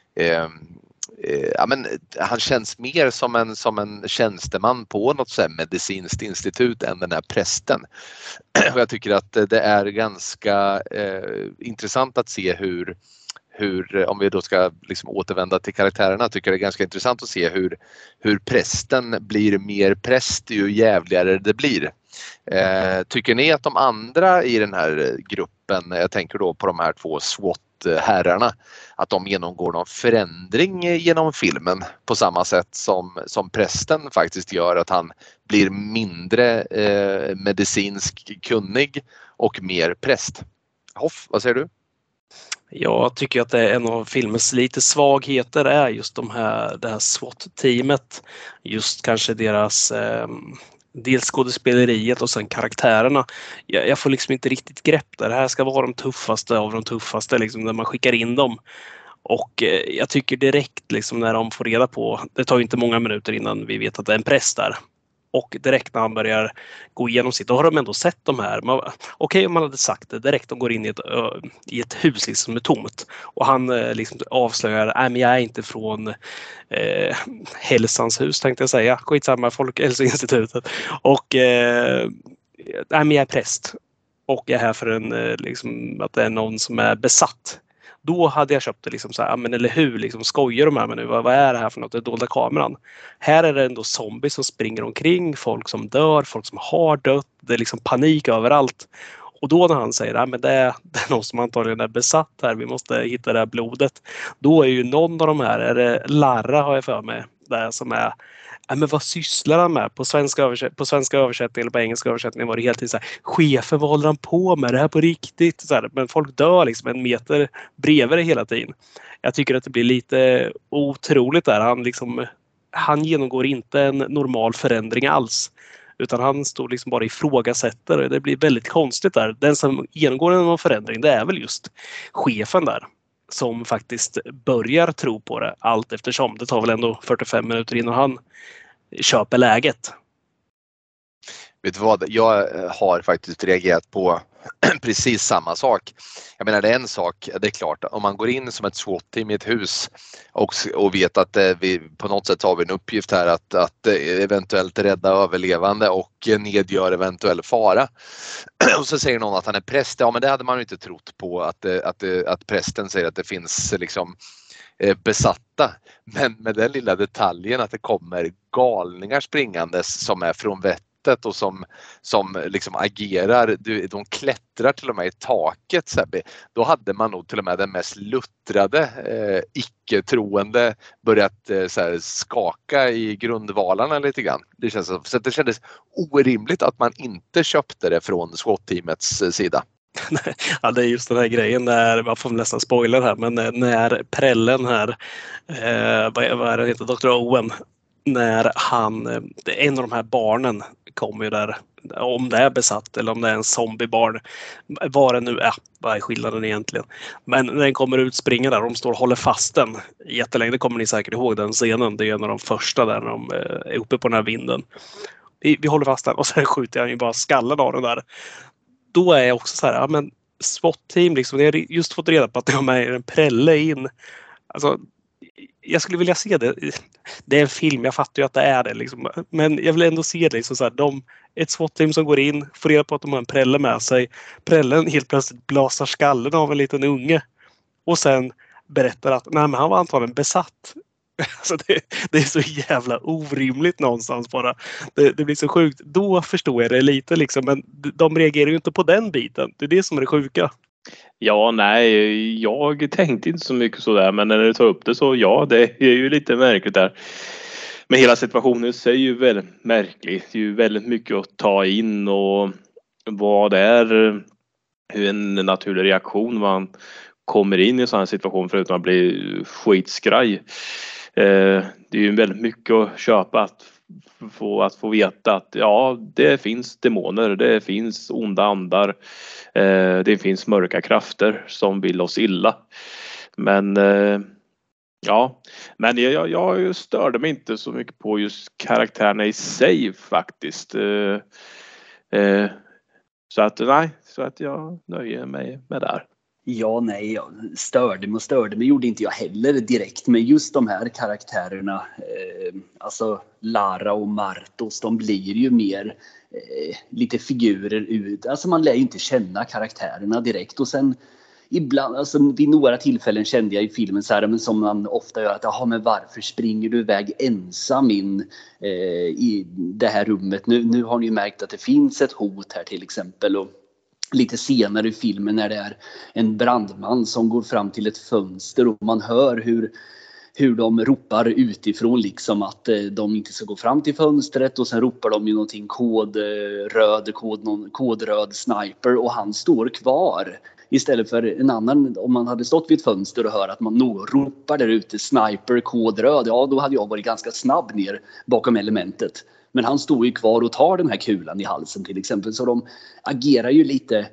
ja, men han känns mer som en tjänsteman på något så här medicinskt institut än den här prästen. Och jag tycker att det är ganska intressant att se hur, om vi då ska liksom återvända till karaktärerna, tycker jag det är ganska intressant att se hur prästen blir mer präst ju jävligare det blir. Tycker ni att de andra i den här gruppen, jag tänker då på de här två SWAT-herrarna, att de genomgår någon förändring genom filmen på samma sätt som prästen faktiskt gör, att han blir mindre medicinsk kunnig och mer präst? Hoff, vad säger du? Jag tycker att det är en av filmens lite svagheter är just det här SWAT-teamet. Just kanske deras dels skådespeleriet och sen karaktärerna. Jag får liksom inte riktigt grepp där. Det här ska vara de tuffaste av de tuffaste liksom, när man skickar in dem. Och jag tycker direkt liksom, när de får reda på, det tar ju inte många minuter innan vi vet att det är en präst där. Och direkt när han börjar gå igenom sitt, då har de ändå sett de här. Okej, om man hade sagt det direkt, de går in i ett hus liksom, som är tomt. Och han liksom avslöjar, nej men jag är inte från Hälsans hus tänkte jag säga. Skitsamma, Folkhälsoinstitutet. Och nej men jag är präst. Och jag är här för liksom, att det är någon som är besatt. Då hade jag köpt det liksom så här, men eller hur, liksom skojar de här med nu, vad är det här för något, det dolda kameran. Här är det ändå zombies som springer omkring, folk som dör, folk som har dött, det är liksom panik överallt. Och då när han säger, men det är någon som antagligen är besatt här, vi måste hitta det här blodet. Då är ju någon av de här, är det Lara har jag för mig, där som är, men vad sysslar han med? På svenska översättning eller på engelska översättning var det helt enkelt så här, chefen, vad håller han på med? Det här på riktigt? Så här, men folk dör liksom en meter bredvid det hela tiden. Jag tycker att det blir lite otroligt där. Han genomgår inte en normal förändring alls. Utan han står liksom bara ifrågasätter. Det blir väldigt konstigt där. Den som genomgår en förändring, det är väl just chefen där. Som faktiskt börjar tro på det allt eftersom. Det tar väl ändå 45 minuter innan han köper läget. Vet du vad? Jag har faktiskt reagerat på precis samma sak. Jag menar, det är en sak, det är klart, om man går in som ett SWAT-team i ett hus och vet att vi på något sätt har vi en uppgift här att eventuellt rädda överlevande och nedgöra eventuell fara. Och så säger någon att han är präst. Ja, men det hade man ju inte trott på att prästen säger att det finns liksom besatta. Men med den lilla detaljen att det kommer galningar springandes som är från vettet och som liksom agerar, de klättrar till och med i taket. Så här, då hade man nog till och med den mest luttrade icke-troende börjat så här, skaka i grundvalarna lite grann. Det känns så att det kändes orimligt att man inte köpte det från SWAT-teamets sida. Ja, det är just den här grejen när, man får nästan spoiler här, men när prällen här, vad är det heter, Dr. Owen, när en av de här barnen kommer ju där, om det är besatt eller om det är en zombiebarn, vad det nu är, vad är skillnaden egentligen. Men när den kommer ut, springer där, de står och håller fast den jättelänge, det kommer ni säkert ihåg den scenen, det är en av de första där när de är uppe på den här vinden. Vi håller fast den och sen skjuter jag ju bara skallen av den där. Då är jag också så här, ja men SWAT-team liksom, jag har just fått reda på att de har med en prälle in. Alltså, jag skulle vilja se det. Det är en film, jag fattar ju att det är det liksom. Men jag vill ändå se det liksom så här, ett SWAT-team som går in, får reda på att de har en prälle med sig. Prällen helt plötsligt blasar skallen av en liten unge. Och sen berättar att nej, men han var antagligen besatt. Alltså det är så jävla orimligt någonstans bara. Det blir så sjukt. Då förstår jag det lite liksom, men de reagerar ju inte på den biten. Det är det som är det sjuka. Ja, nej, jag tänkte inte så mycket sådär, men när du tar upp det så ja, det är ju lite märkligt där. Men hela situationen är ju väldigt märklig. Det är ju väldigt mycket att ta in och vad det är, hur en naturlig reaktion man kommer in i en sån här situation förutom att bli skitskraj. Det är ju väldigt mycket att köpa att få veta att ja, det finns demoner, det finns onda andar, det finns mörka krafter som vill oss illa. Men ja, men jag störde mig inte så mycket på just karaktärerna i sig faktiskt. Så att jag nöjer mig med det här. Ja, nej, jag störde mig gjorde inte jag heller direkt. Men just de här karaktärerna, alltså Lara och Martos, de blir ju mer lite figurer ut. Alltså man lär ju inte känna karaktärerna direkt. Och sen ibland, alltså vid några tillfällen kände jag i filmen så här, men som man ofta gör, att jaha, men varför springer du iväg ensam in i det här rummet? Nu har ni ju märkt att det finns ett hot här till exempel. Och lite senare i filmen när det är en brandman som går fram till ett fönster och man hör hur de ropar utifrån liksom att de inte ska gå fram till fönstret, och sen ropar de ju någonting kodröd sniper, och han står kvar. Istället för en annan, om man hade stått vid ett fönster och hör att man ropar där ute sniper, kodröd, ja då hade jag varit ganska snabb ner bakom elementet. Men han står ju kvar och tar den här kulan i halsen till exempel. Så de agerar ju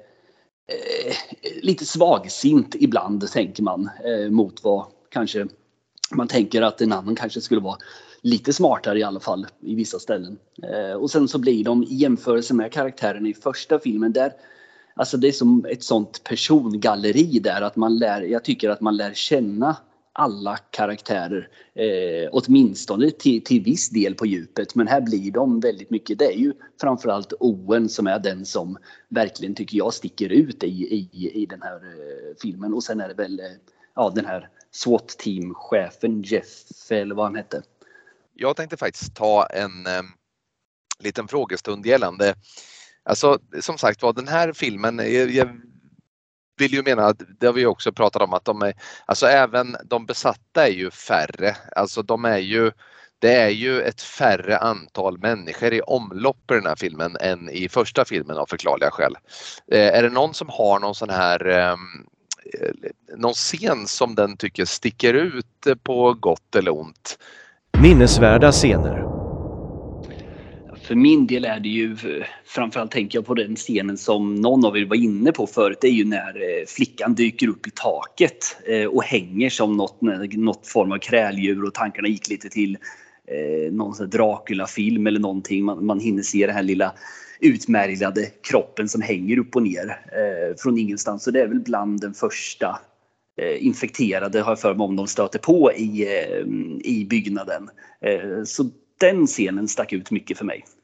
lite svagsint ibland, tänker man, mot vad kanske man tänker att en annan kanske skulle vara lite smartare i alla fall i vissa ställen. Och sen så blir de i jämförelse med karaktären i första filmen där, alltså det är som ett sånt persongalleri där att jag tycker att man lär känna alla karaktärer, åtminstone till viss del på djupet. Men här blir de väldigt mycket, det är ju framförallt Owen som är den som verkligen tycker jag sticker ut i den här filmen. Och sen är det väl den här SWAT-teamchefen Jeff, eller vad han hette. Jag tänkte faktiskt ta en liten frågestund gällande, alltså som sagt var, den här filmen, jag vill ju mena att det har vi också pratat om, att de är, alltså även de besatta är ju färre, alltså det är ju ett färre antal människor i omlopp i den här filmen än i första filmen av förklarliga skäl. Är det någon som har någon sån här någon scen som den tycker sticker ut på gott eller ont? Minnesvärda scener. För min del är det ju, framförallt tänker jag på den scenen som någon av er var inne på förut. Det är ju när flickan dyker upp i taket och hänger som något form av kräldjur, och tankarna gick lite till någon sån Dracula-film eller någonting. Man hinner se den här lilla utmärglade kroppen som hänger upp och ner från ingenstans. Så det är väl bland den första infekterade, har jag för mig, om de stöter på i byggnaden. Så den scenen stack ut mycket för mig.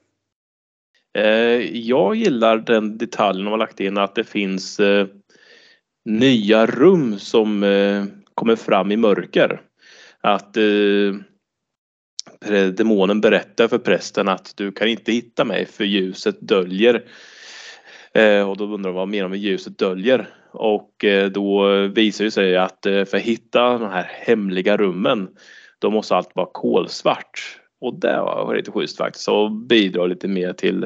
Jag gillar den detaljen de har lagt in, att det finns nya rum som kommer fram i mörker. Att demonen berättar för prästen att du kan inte hitta mig för ljuset döljer. Och då undrar de vad mer om ljuset döljer. Och då visar det sig att för att hitta de här hemliga rummen, då måste allt vara kolsvart. Och det var lite schysst faktiskt, och bidrar lite mer till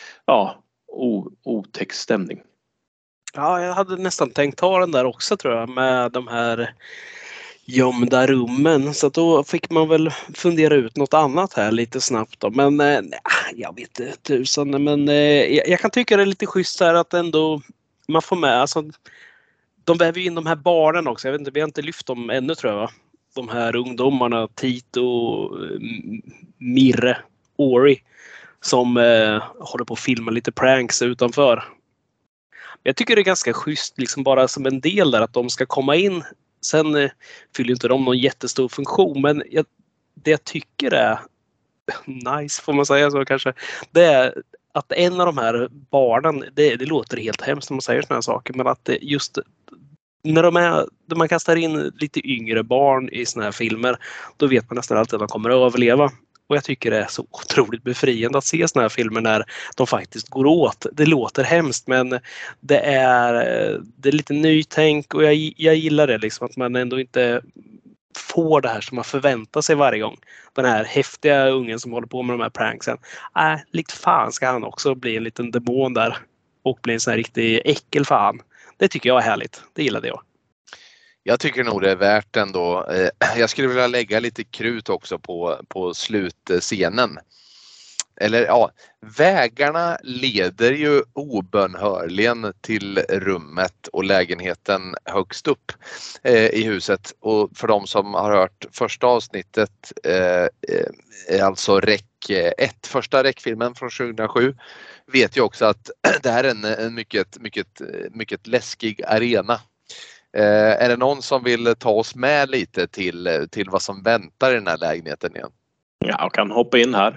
otäck stämning. Ja, jag hade nästan tänkt ta den där också, tror jag, med de här gömda rummen. Så då fick man väl fundera ut något annat här lite snabbt då. Men jag vet inte tusan. Men jag kan tycka det är lite schysst här att ändå man får med, alltså de väver in de här barnen också. Jag vet inte, vi har inte lyft dem ännu, tror jag, va? De här ungdomarna, Tito, Mirre, Ori, som håller på att filma lite pranks utanför. Jag tycker det är ganska schysst, liksom bara som en del där, att de ska komma in. Sen fyller inte de någon jättestor funktion, men det jag tycker är nice, får man säga så kanske, det är att en av de här barnen, det låter helt hemskt när man säger såna här saker, men att just när man kastar in lite yngre barn i såna här filmer, då vet man nästan alltid att de kommer att överleva. Och jag tycker det är så otroligt befriande att se såna här filmer när de faktiskt går åt. Det låter hemskt, men det är lite nytänk, och jag gillar det liksom, att man ändå inte får det här som man förväntar sig varje gång. Den här häftiga ungen som håller på med de här pranksen. Likt fan ska han också bli en liten demon där och bli en sån här riktig äckelfan. Det tycker jag är härligt. Det gillade jag. Jag tycker nog det är värt ändå. Jag skulle vilja lägga lite krut också på slutscenen. Eller ja, vägarna leder ju obönhörligen till rummet och lägenheten högst upp i huset. Och för de som har hört första avsnittet, alltså REC 1, första REC-filmen från 2007, vet ju också att det här är en mycket läskig arena. Är det någon som vill ta oss med lite till vad som väntar i den här lägenheten igen? Ja, jag kan hoppa in här.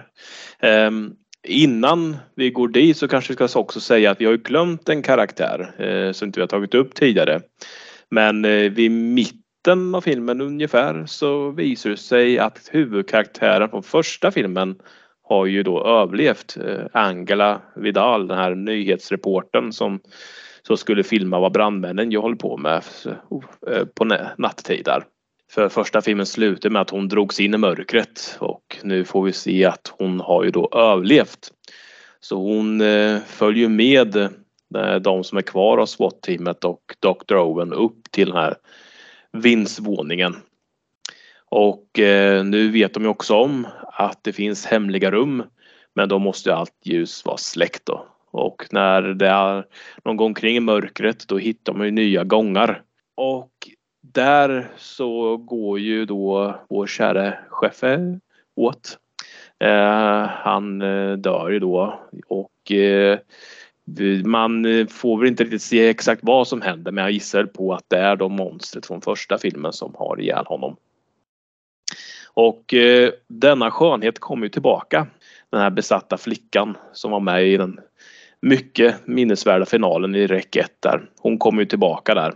Innan vi går dit så kanske vi ska också säga att vi har ju glömt en karaktär som inte vi har tagit upp tidigare. Men vid mitten av filmen ungefär så visar det sig att huvudkaraktären från första filmen har ju då överlevt. Angela Vidal, den här nyhetsreportern som skulle filma vad brandmännen jag håller på med på natttid där. För första filmen slutade med att hon drogs in i mörkret, och nu får vi se att hon har ju då överlevt. Så hon följer med de som är kvar av SWAT-teamet och Dr. Owen upp till den här vindsvåningen. Och nu vet de ju också om att det finns hemliga rum, men då måste allt ljus vara släckt då. Och när det är någon gång kring i mörkret, då hittar man ju nya gångar. Och där så går ju då vår kära chef åt. Han dör ju då, och man får väl inte riktigt se exakt vad som händer, men jag gissar på att det är de monstret från första filmen som har ihjäl honom. Och denna skönhet kommer ju tillbaka. Den här besatta flickan som var med i den mycket minnesvärda finalen i REC 1 där. Hon kommer ju tillbaka där.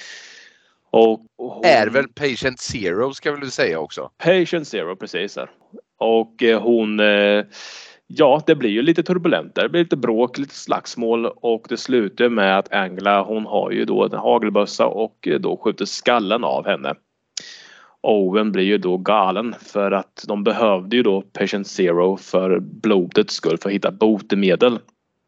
Och hon är väl Patient Zero, ska vi väl säga också. Patient Zero, precis här. Och hon, ja, det blir ju lite turbulent där. Det blir lite bråk, lite slagsmål, och det slutar med att Angela, hon har ju då en hagelbössa och då skjuter skallen av henne. Owen blir ju då galen, för att de behövde ju då Patient Zero för blodets skull, för att hitta botemedel.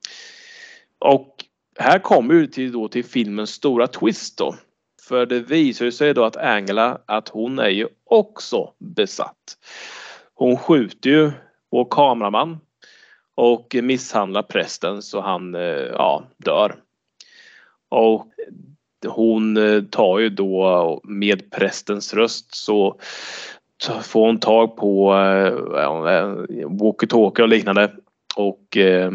Och här kommer ju till filmens stora twist då. För det visar sig då att Angela, att hon är ju också besatt. Hon skjuter ju vår kameraman och misshandlar prästen så han dör. Och hon tar ju då med prästens röst, så får hon tag på walkie-talkie och liknande, och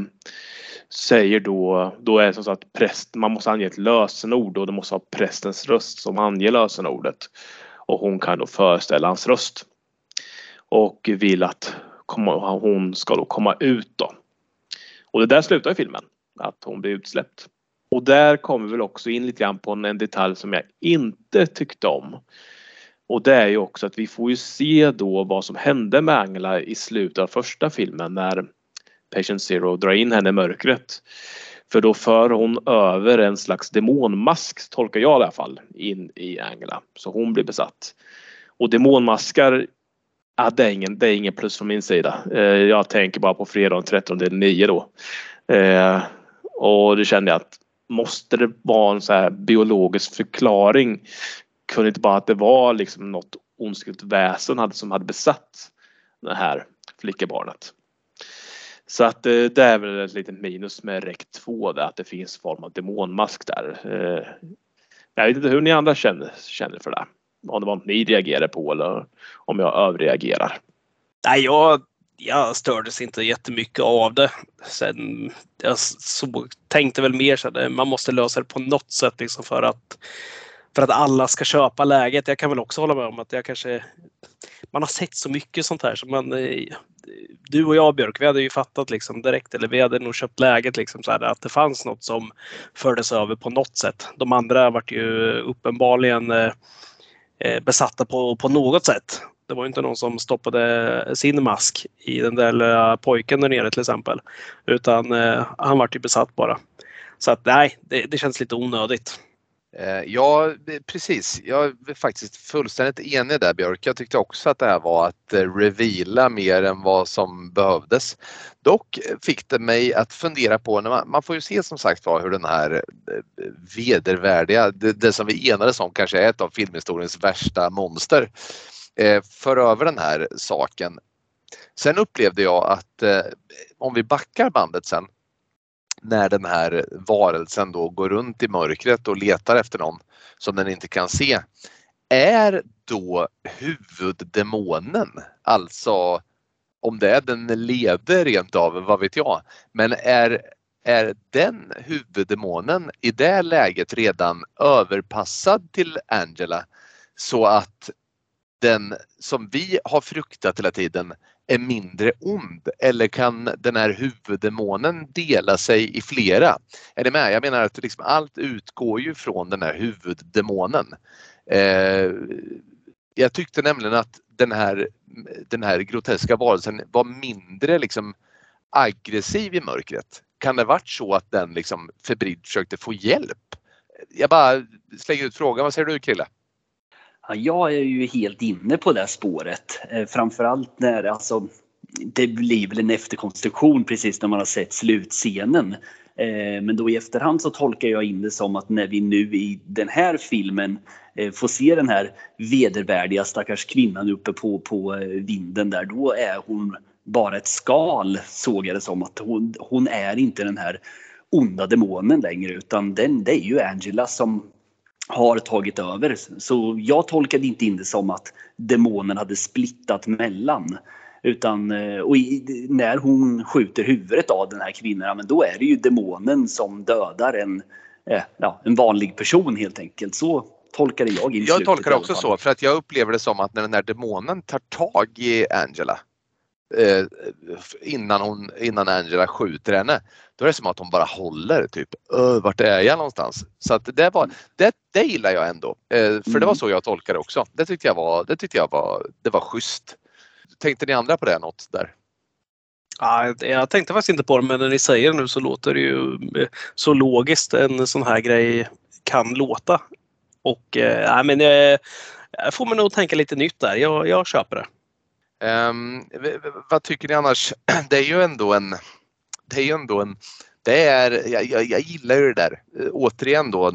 säger då är det så att man måste ange ett lösenord, och det måste vara prästens röst som anger lösenordet, och hon kan då föreställa hans röst och vill att hon ska då komma ut då. Och det där slutar i filmen, att hon blir utsläppt. Och där kommer vi väl också in lite grann på en detalj som jag inte tyckte om. Och det är ju också att vi får ju se då vad som hände med Angela i slutet av första filmen när Patient Zero drar in henne i mörkret. För då för hon över en slags demonmask, tolkar jag i alla fall, in i Angela. Så hon blir besatt. Och demonmaskar, det är ingen plus från min sida. Jag tänker bara på fredag 13/9 då. Och det kände jag att måste det vara en så här biologisk förklaring? Kunde inte bara att det var liksom något ondskult väsen som hade besatt det här flickebarnet. Så att det är väl ett litet minus med REC 2 där, att det finns form av demonmask där. Jag vet inte hur ni andra känner för det. Om det var något ni reagerar på eller om jag överreagerar. Nej, jag stördes inte jättemycket av det. Sen jag tänkte väl mer så att man måste lösa det på något sätt liksom för att alla ska köpa läget. Jag kan väl också hålla med om att man har sett så mycket sånt här så du och jag, Björk, vi hade ju fattat liksom direkt, eller vi hade nog köpt läget liksom så här, att det fanns något som fördes över på något sätt. De andra vart ju uppenbarligen besatta på något sätt. Det var inte någon som stoppade sin mask i den där lilla pojken där nere till exempel. Utan han vart ju besatt bara. Så att nej, det känns lite onödigt. Ja, precis. Jag är faktiskt fullständigt enig där, Björk. Jag tyckte också att det här var att reveala mer än vad som behövdes. Dock fick det mig att fundera på, när man får ju se som sagt hur den här vedervärdiga, det som vi enades om kanske är ett av filmhistoriens värsta monster, för över den här saken. Sen upplevde jag att om vi backar bandet sen, när den här varelsen då går runt i mörkret och letar efter någon som den inte kan se, är då huvuddemonen, alltså om det är den leder rent av, vad vet jag, men är den huvuddemonen i det läget redan överpassad till Angela, så att den som vi har fruktat hela tiden är mindre ond, eller kan den här huvuddemonen dela sig i flera? Är det med? Jag menar att liksom allt utgår ju från den här huvuddemonen. Jag tyckte nämligen att den här groteska varelsen var mindre liksom aggressiv i mörkret. Kan det varit så att den liksom febrilt försökte få hjälp? Jag bara slänger ut frågan. Vad säger du, Krille? Ja, jag är ju helt inne på det spåret. Framförallt när det blir väl en efterkonstruktion precis när man har sett slutscenen. Men då i efterhand så tolkar jag in det som att när vi nu i den här filmen får se den här vedervärdiga stackars kvinnan uppe på vinden där, då är hon bara ett skal, såg jag det som. Att hon är inte den här onda demonen längre, utan det är ju Angela som har tagit över. Så jag tolkade inte in det som att demonen hade splittat mellan. Utan, och när hon skjuter huvudet av den här kvinnan, men då är det ju demonen som dödar en vanlig person helt enkelt. Så tolkade jag in. Jag tolkar det också så, för att jag upplever det som att när den här demonen tar tag i Angela innan Angela skjuter henne, då är det som att hon bara håller typ, vart är jag någonstans? Så att det gillar jag ändå. För det var så jag tolkade också. Det tyckte jag var schysst. Tänkte ni andra på det något där? Ja, jag tänkte faktiskt inte på det, men när ni säger det nu så låter det ju så logiskt en sån här grej kan låta. Och men jag får mig nog tänka lite nytt där. Jag köper det. Vad tycker ni annars? Jag gillar ju det där. Återigen då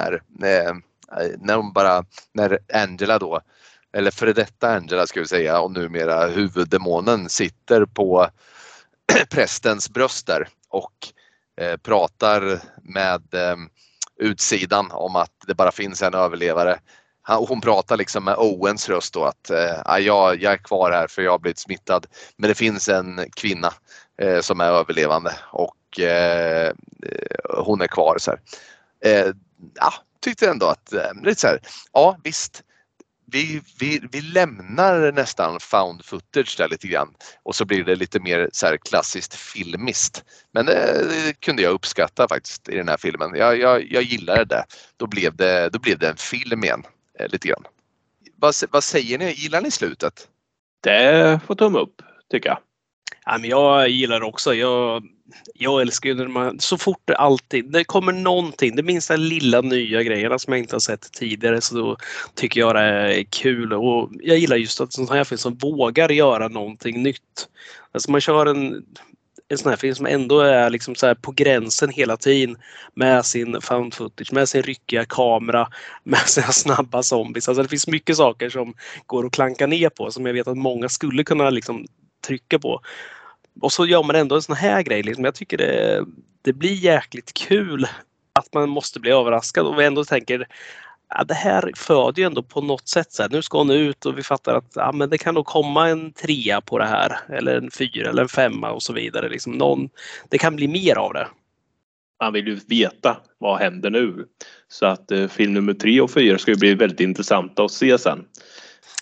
när Angela då, eller före detta Angela ska vi säga, och numera huvuddemonen sitter på prästens bröst där och pratar med utsidan om att det bara finns en överlevare. Hon pratar liksom med Owens röst då att jag är kvar här för jag har blivit smittad. Men det finns en kvinna som är överlevande och hon är kvar så här. Tyckte ändå att lite så här, ja visst. Vi lämnar nästan found footage där lite grann och så blir det lite mer så här klassiskt filmiskt. Men det kunde jag uppskatta faktiskt i den här filmen. Jag gillade det. Då blev det en film igen lite grann. Vad säger ni? Gillar ni slutet? Det får tumme upp, tycker jag. Ja, men jag gillar det också. Jag älskar ju när så fort det kommer någonting, det minsta lilla nya grejerna som jag inte har sett tidigare, så då tycker jag det är kul. Och jag gillar just att sån här film som vågar göra någonting nytt. Alltså man kör en sån här film som ändå är liksom så här på gränsen hela tiden med sin found footage, med sin ryckiga kamera, med sina snabba zombies. Alltså det finns mycket saker som går att klanka ner på som jag vet att många skulle kunna liksom trycka på. Och så gör man ändå en sån här grej. Liksom. Jag tycker det blir jäkligt kul att man måste bli överraskad. Och vi ändå tänker det här föder ju ändå på något sätt. Så här, nu ska hon ut och vi fattar att men det kan nog komma en 3 på det här. Eller en 4 eller en 5 och så vidare. Liksom det kan bli mer av det. Man vill ju veta vad händer nu. Så att film nummer 3 och 4 ska ju bli väldigt intressanta att se sen.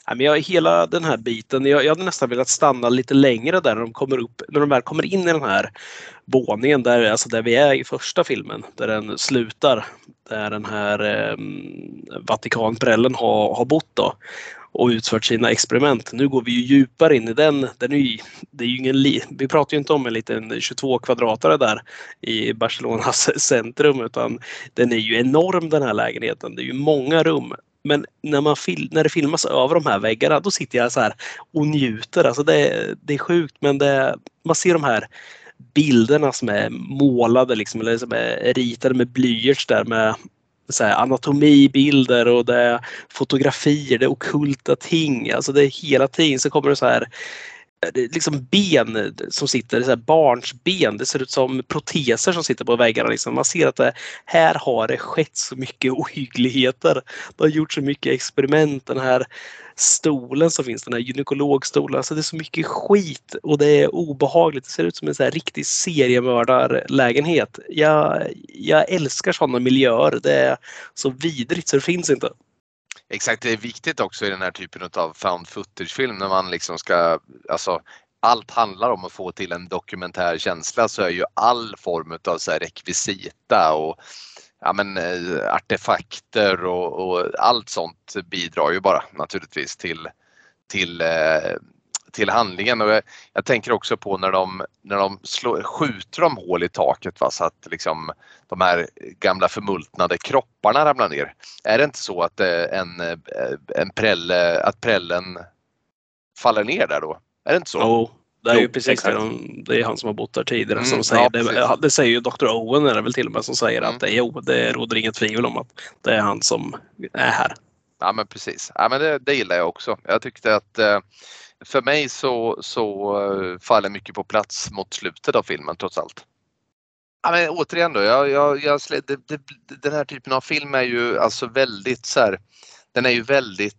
Ja, men hela den här biten, jag hade nästan velat stanna lite längre där när de väl kommer in i den här våningen där vi är i första filmen, där den slutar. Där den här Vatikanprällen har bott då och utfört sina experiment. Nu går vi ju djupare in i den. Det är ju vi pratar ju inte om en liten 22 kvadratare där i Barcelonas centrum, utan den är ju enorm, den här lägenheten. Det är ju många rum. Men när det filmas över de här väggarna, då sitter jag så här och njuter. Alltså det är sjukt, men man ser de här bilderna som är målade liksom, eller som är ritade med blyerts där, med så här anatomibilder och det är fotografier, det är ockulta ting. Alltså det är hela tiden så kommer det så här liksom ben som sitter, så här barns ben. Det ser ut som proteser som sitter på väggarna. Liksom. Man ser att här har det skett så mycket ohyggligheter. Det har gjort så mycket experiment. Den här stolen som finns, den här gynekologstolen. Alltså det är så mycket skit och det är obehagligt. Det ser ut som en så här riktig seriemördarlägenhet. Jag älskar sådana miljöer. Det är så vidrigt så det finns inte. Exakt, det är viktigt också i den här typen av found footage-film när man liksom ska, alltså allt handlar om att få till en dokumentär känsla, så är ju all form av så här rekvisita och artefakter och allt sånt bidrar ju bara naturligtvis till handlingen. Och jag tänker också på när de skjuter de hål i taket, va, så att liksom de här gamla förmultnade kropparna ramlar ner. Är det inte så att att prällen faller ner där då? Är det inte så? Oh. Det är ju precis det är han som har bott där tidigare som säger det säger ju Dr. Owen är det väl till och med som säger att det råder inget tvivel om att det är han som är här. Ja men precis. Ja, men det gillar jag också. Jag tyckte att för mig så faller mycket på plats mot slutet av filmen trots allt. Ja, men återigen då, den här typen av film är ju alltså väldigt så här, den är ju väldigt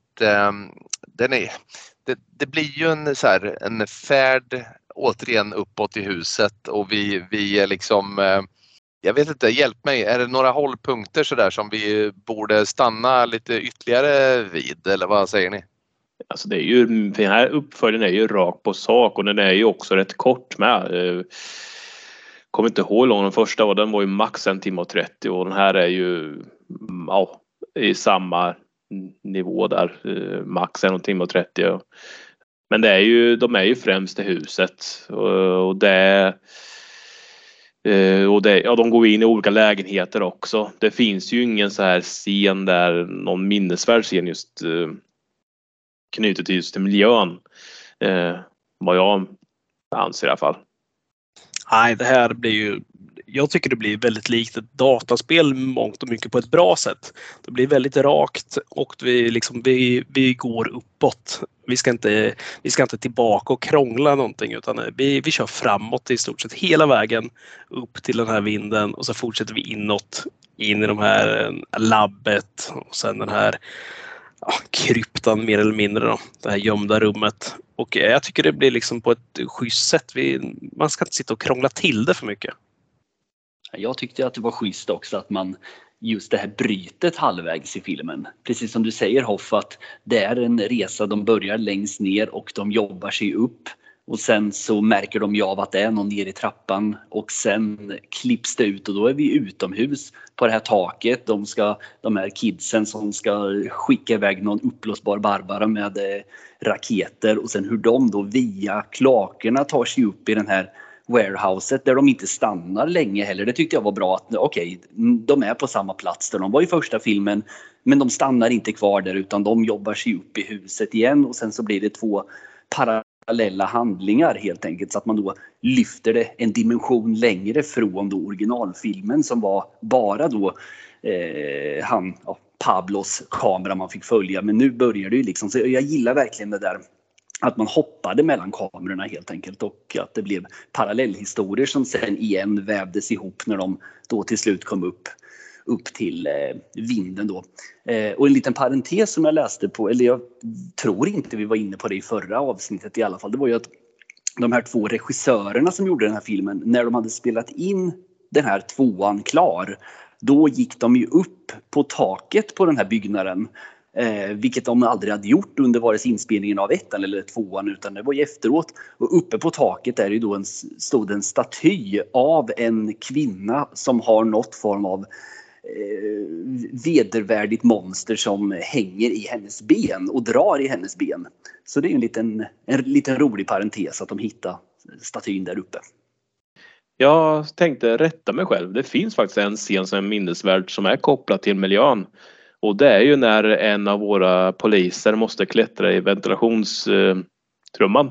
det blir ju en färd återigen uppåt i huset och vi är liksom, jag vet inte, hjälp mig, är det några hållpunkter så där som vi borde stanna lite ytterligare vid, eller vad säger ni? Alltså det är ju, den här uppföljningen är ju rakt på sak och den är ju också rätt kort med. Kommer inte ihåg lång den första och den var ju max 1 timme och 30 och den här är ju i samma nivå där, max 1 timme och 30. Men de är ju främst i huset och de går in i olika lägenheter också. Det finns ju ingen så här scen där, någon minnesvärd scen just knutet just till miljön. Vad jag anser i alla fall. Nej, det här blir ju, jag tycker det blir väldigt likt ett dataspel mångt och mycket på ett bra sätt. Det blir väldigt rakt och vi går uppåt. Vi ska inte tillbaka och krångla någonting utan vi kör framåt i stort sett hela vägen upp till den här vinden och så fortsätter vi inåt in i de här labbet och sen den här kryptan mer eller mindre då, det här gömda rummet. Och jag tycker det blir liksom på ett schysst sätt. Man ska inte sitta och krångla till det för mycket. Jag tyckte att det var schysst också att man just det här brytet halvvägs i filmen. Precis som du säger Hoff, att det är en resa, de börjar längst ner och de jobbar sig upp. Och sen så märker de ju av att det är någon ner i trappan och sen klipps det ut och då är vi utomhus på det här taket. De här kidsen som ska skicka iväg någon uppblåsbar Barbara med raketer och sen hur de då via klakerna tar sig upp i den här warehouset där de inte stannar länge heller. Det tyckte jag var bra att de är på samma plats där de var i första filmen men de stannar inte kvar där utan de jobbar sig upp i huset igen och sen så blir det 2 parallella handlingar helt enkelt så att man då lyfter det en dimension längre från då originalfilmen som var bara då Pablos kamera man fick följa men nu börjar det ju liksom så jag gillar verkligen det där att man hoppade mellan kamerorna helt enkelt och att det blev parallellhistorier som sen igen vävdes ihop när de då till slut kom upp till vinden då. Och en liten parentes som jag läste på, eller jag tror inte vi var inne på det i förra avsnittet i alla fall, det var ju att de här 2 regissörerna som gjorde den här filmen, när de hade spelat in den här 2:an klar, då gick de ju upp på taket på den här byggnaden Vilket de aldrig hade gjort under vare sig inspelningen av 1 eller 2, utan det var ju efteråt. Och uppe på taket är det då stod en staty av en kvinna som har något form av vedervärdigt monster som hänger i hennes ben och drar i hennes ben. Så det är en liten rolig parentes att de hittar statyn där uppe. Jag tänkte rätta mig själv. Det finns faktiskt en scen som är minnesvärd som är kopplad till miljön. Och det är ju när en av våra poliser måste klättra i ventilationstrumman.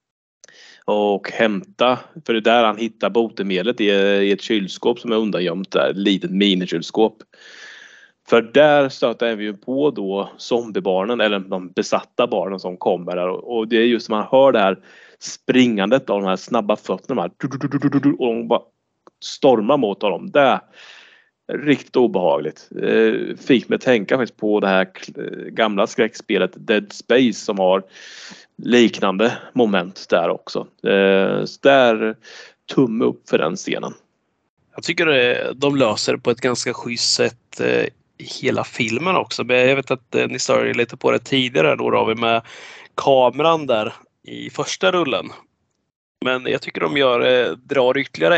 Och hämta, för det är där han hittar botemedlet i ett kylskåp som är undangömt där. Ett litet minikylskåp. För där stöter vi ju på då zombiebarnen eller de besatta barnen som kommer där. Och det är just man hör det här springandet av de här snabba fötterna. Och de bara stormar mot honom. Det är riktigt obehagligt. Fick mig tänka faktiskt på det här gamla skräckspelet Dead Space som har liknande moment där också. Så där tumme upp för den scenen. Jag tycker de löser det på ett ganska schysst sätt i hela filmen också. Jag vet att ni störde lite på det tidigare då har vi med kameran där i första rullen. Men jag tycker de drar ytterligare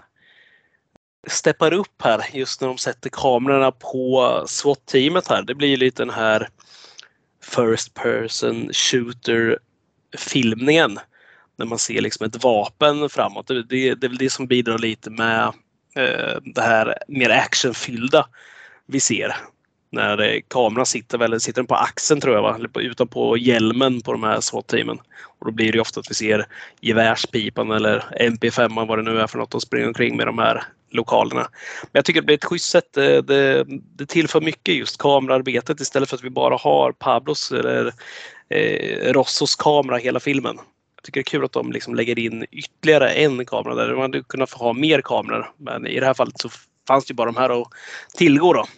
steppar upp här just när de sätter kamerorna på SWAT-teamet här. Det blir lite den här first person shooter filmningen när man ser liksom ett vapen framåt. Det är väl det som bidrar lite med det här mer actionfyllda vi ser. När kameran sitter den på axeln tror jag, eller utanpå hjälmen på de här SWAT-teamen. Och då blir det ofta att vi ser gevärspipan eller MP5 vad det nu är för något de springer omkring med de här lokalerna. Men jag tycker det blir ett schysst sätt. Det tillför mycket just kamerarbetet istället för att vi bara har Pablos eller Rossos kamera hela filmen. Jag tycker det är kul att de liksom lägger in ytterligare en kamera där. Man hade kunnat få ha mer kameror. Men i det här fallet så fanns det ju bara de här att tillgå då.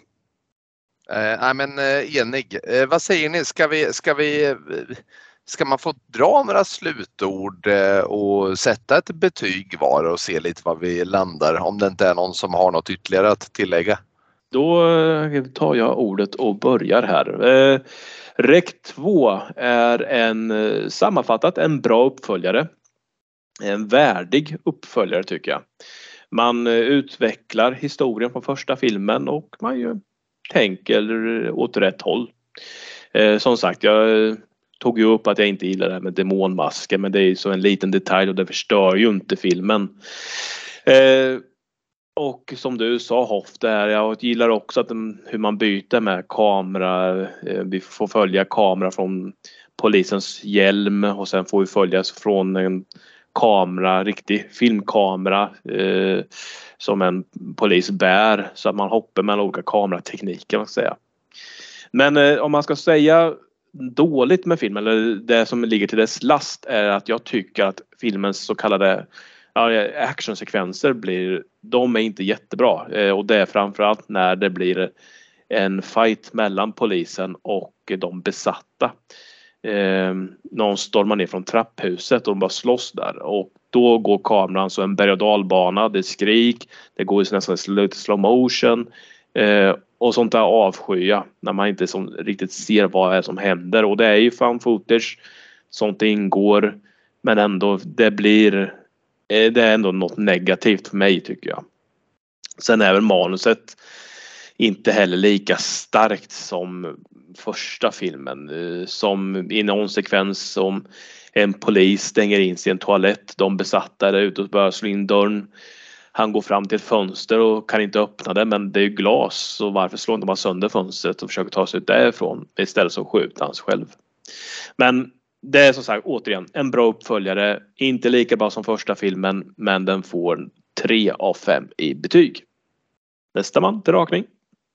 Nej men enig. Vad säger ni? Ska man få dra några slutord och sätta ett betyg var och se lite vad vi landar? Om det inte är någon som har något ytterligare att tillägga. Då tar jag ordet och börjar här. REC 2 är sammanfattat en bra uppföljare. En värdig uppföljare tycker jag. Man utvecklar historien från första filmen och man ju tänker åt rätt håll. Som sagt, jag tog ju upp att jag inte gillar det här med demonmasker, men det är ju så en liten detalj och det förstör ju inte filmen. Och som du sa Hoff där, jag gillar också att hur man byter med kamera. Vi får följa kamera från polisens hjälm och sen får vi följa från en kamera, riktig filmkamera som en polis bär, så att man hoppar mellan olika kameratekniker man ska säga. Men om man ska säga dåligt med filmen eller det som ligger till dess last är att jag tycker att filmens så kallade actionsekvenser de är inte jättebra och det är framförallt när det blir en fight mellan polisen och de besatta. Någon stormar ner från trapphuset och de bara slåss där och då går kameran så en berg- och dalbana, det är skrik, det går nästan lite slow motion och sånt där avskya när man inte riktigt ser vad det är som händer och det är ju fan footage, sånt ingår men ändå det är ändå något negativt för mig tycker jag. Sen är väl manuset inte heller lika starkt som första filmen. Som i någon sekvens som en polis stänger in sig i en toalett. De besatta är ute och börjar slå in dörren. Han går fram till ett fönster och kan inte öppna det men det är ju glas. Så varför slår inte man sönder fönstret och försöker ta sig ut därifrån istället så skjuter han sig själv. Men det är som sagt återigen en bra uppföljare. Inte lika bra som första filmen men den får 3 av 5 i betyg. Nästa man till rakning.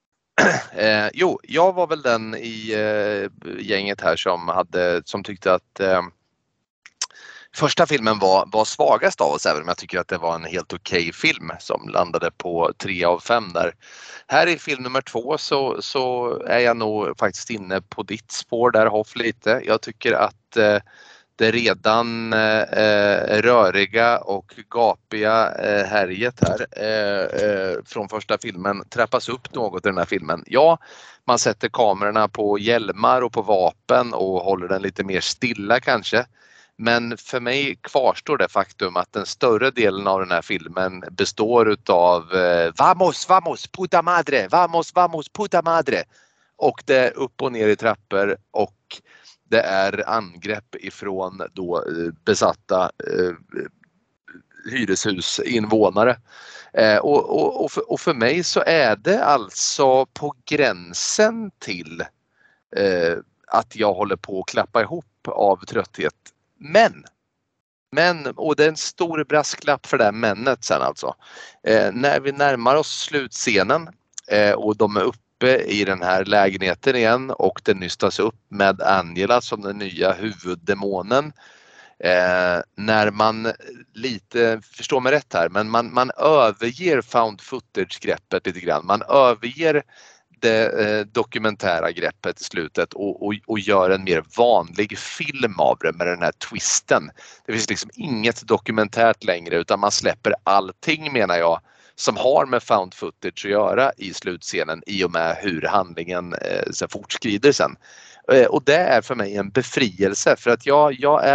Jag var väl den i gänget här som tyckte att första filmen var svagast av oss, även om jag tycker att det var en helt okej film som landade på 3 av 5 där. Här i film nummer 2 så är jag nog faktiskt inne på ditt spår där Hoff lite. Jag tycker att det redan röriga och gapiga härjet här från första filmen trappas upp något i den här filmen. Ja, man sätter kamerorna på hjälmar och på vapen och håller den lite mer stilla kanske. Men för mig kvarstår det faktum att den större delen av den här filmen består utav vamos, puta madre, vamos, puta madre. Och det är upp och ner i trappor och det är angrepp ifrån då besatta hyreshusinvånare. Och för mig så är det alltså på gränsen till att jag håller på att klappa ihop av trötthet. Men, och det är en stor brasklapp för det här männet sen alltså. När vi närmar oss slutscenen och de är uppe i den här lägenheten igen och det nystas upp med Angela som den nya huvuddemonen. När man lite, förstår mig rätt här, men man överger found footage-greppet lite grann. Man överger det dokumentära greppet i slutet och gör en mer vanlig film av det med den här twisten. Det finns liksom inget dokumentärt längre utan man släpper allting, menar jag, som har med found footage att göra i slutscenen i och med hur handlingen fortskrider sen. Och det är för mig en befrielse för att jag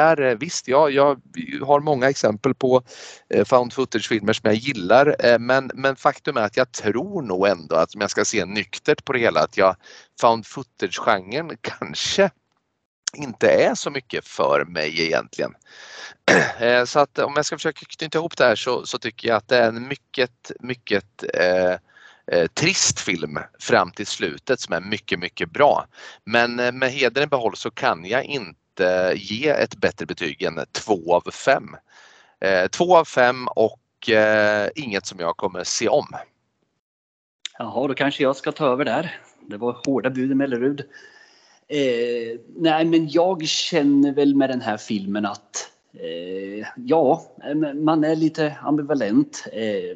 har många exempel på found footage-filmer som jag gillar, men faktum är att jag tror nog ändå att om jag ska se nyktert på det hela att found footage-genren kanske inte är så mycket för mig egentligen. Så att om jag ska försöka knyta ihop det här så tycker jag att det är en mycket trist film fram till slutet som är mycket bra. Men med hedern i behåll så kan jag inte ge ett bättre betyg än 2 av 5. 2 av 5 och inget som jag kommer se om. Jaha, då kanske jag ska ta över där. Det var hårda bud i Mellerud. Nej, men jag känner väl med den här filmen att man är lite ambivalent.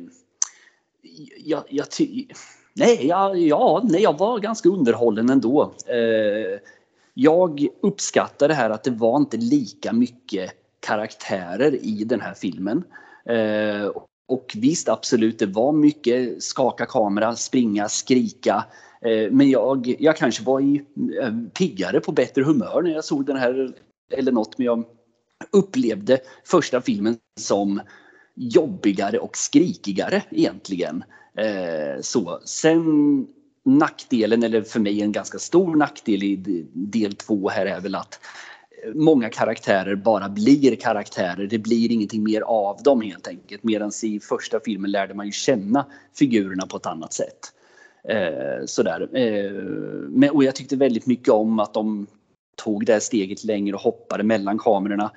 Jag var ganska underhållen ändå. Jag uppskattar det här att det var inte lika mycket karaktärer i den här filmen. Och visst, absolut, det var mycket skaka kamera, springa, skrika. Men jag kanske var piggare på bättre humör när jag såg den här eller något, men jag upplevde första filmen som jobbigare och skrikigare egentligen. Så sen nackdelen, eller för mig en ganska stor nackdel i del 2 här är väl att många karaktärer bara blir karaktärer. Det blir ingenting mer av dem helt enkelt. Medan i första filmen lärde man ju känna figurerna på ett annat sätt. Och jag tyckte väldigt mycket om att de tog det här steget längre och hoppade mellan kamerorna.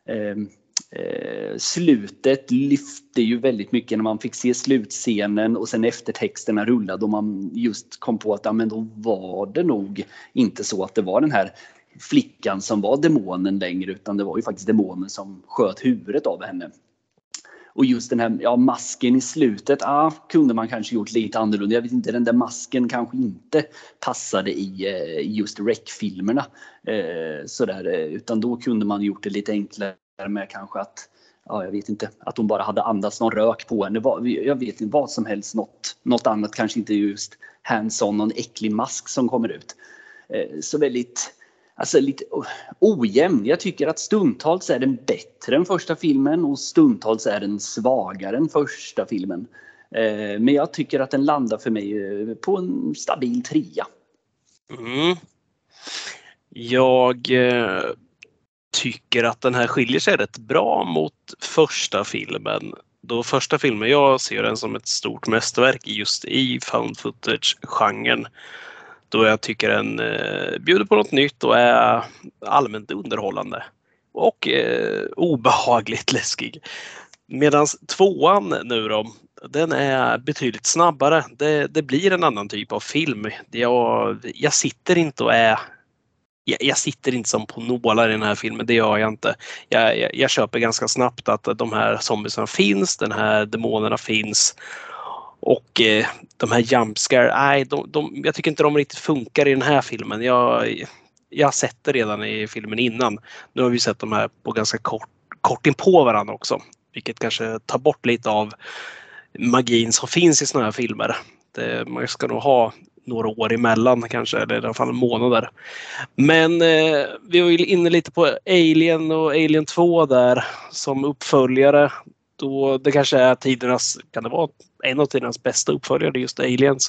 Slutet lyfte ju väldigt mycket när man fick se slutscenen och sen eftertexterna rullade och man just kom på att men då var det nog inte så att det var den här flickan som var demonen längre, utan det var ju faktiskt demonen som sköt huvudet av henne. Och just den här masken i slutet kunde man kanske gjort lite annorlunda. Jag vet inte, den där masken kanske inte passade i just REC-filmerna. Utan då kunde man gjort det lite enklare med kanske att jag vet inte, att hon bara hade andats någon rök på henne. Jag vet inte, vad som helst, något annat, kanske inte just hands-on, någon äcklig mask som kommer ut. Så väldigt, alltså lite ojämn. Jag tycker att stundtals är den bättre än första filmen och stundtals är den svagare än första filmen. Men jag tycker att den landar för mig på en stabil 3. Jag tycker att den här skiljer sig rätt bra mot första filmen. Då första filmen, jag ser den som ett stort mästerverk just i found footage-genren. Då jag tycker den bjuder på något nytt och är allmänt underhållande. Och obehagligt läskig. Medan 2:an nu då, den är betydligt snabbare. Det blir en annan typ av film. Jag sitter inte och jag sitter inte som på nålar i den här filmen, det gör jag inte. Jag köper ganska snabbt att de här zombiesarna finns, den här demonerna finns. Och de här jumpscare, jag tycker inte de riktigt funkar i den här filmen. jag har sett det redan i filmen innan. Nu har vi sett de här på ganska kort in på varandra också. Vilket kanske tar bort lite av magin som finns i såna här filmer. Man ska nog ha några år emellan kanske, eller i alla fall månader. Men vi var ju inne lite på Alien och Alien 2 där som uppföljare. Då det kanske är kan det vara en av tidernas bästa uppföljare, just Aliens.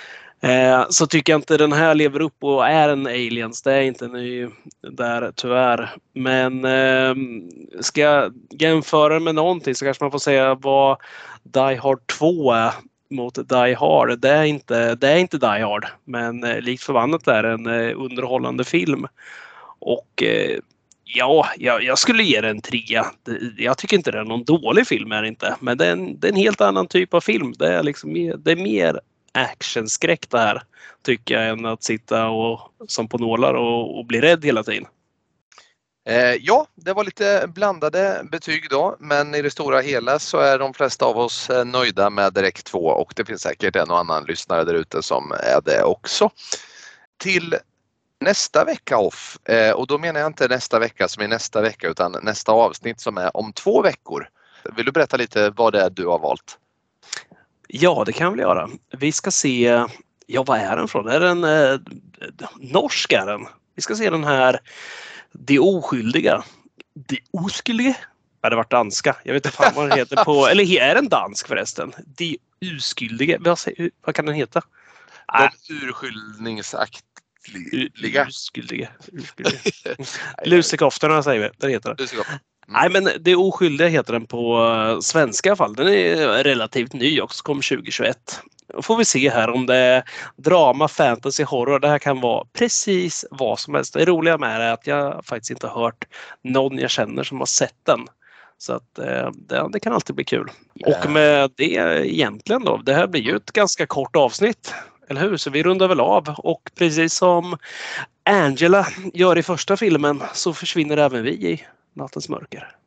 Så tycker jag inte den här lever upp och är en Aliens. Det är inte ny där tyvärr. Men ska jag jämföra med någonting så kanske man får säga vad Die Hard 2 är mot Die Hard. Det är inte Die Hard, men likt förbannat är en underhållande film. Och ja, jag skulle ge den en 3. Jag tycker inte det är någon dålig film, är det inte. Men det är en helt annan typ av film. Det är mer actionskräck det här, tycker jag, än att sitta som på nålar och bli rädd hela tiden. Ja, det var lite blandade betyg då, men i det stora hela så är de flesta av oss nöjda med direkt 2 och det finns säkert en och annan lyssnare där ute som är det också. Till nästa vecka off, och då menar jag inte nästa vecka som är nästa vecka utan nästa avsnitt som är om 2 veckor. Vill du berätta lite vad det är du har valt? Ja, det kan vi göra. Vi ska se, vad är den från? Är den norsk är den? Vi ska se den här De oskyldiga. De oskyldiga? Ja, det var danska. Jag vet inte fan vad den heter på. Eller är den dansk förresten? De oskyldiga. Vad kan den heta? De urskyldningsaktliga. Urskyldiga. Lusekoftorna säger vi. Det heter det. Nej, men Det oskyldiga heter den på svenska i alla fall. Den är relativt ny också, kom 2021. Då får vi se här om det är drama, fantasy, horror. Det här kan vara precis vad som helst. Det roliga med det är att jag faktiskt inte har hört någon jag känner som har sett den. Så att det kan alltid bli kul. Och med det egentligen då, det här blir ju ett ganska kort avsnitt. Eller hur? Så vi rundar väl av. Och precis som Angela gör i första filmen så försvinner även vi i nattens mörker.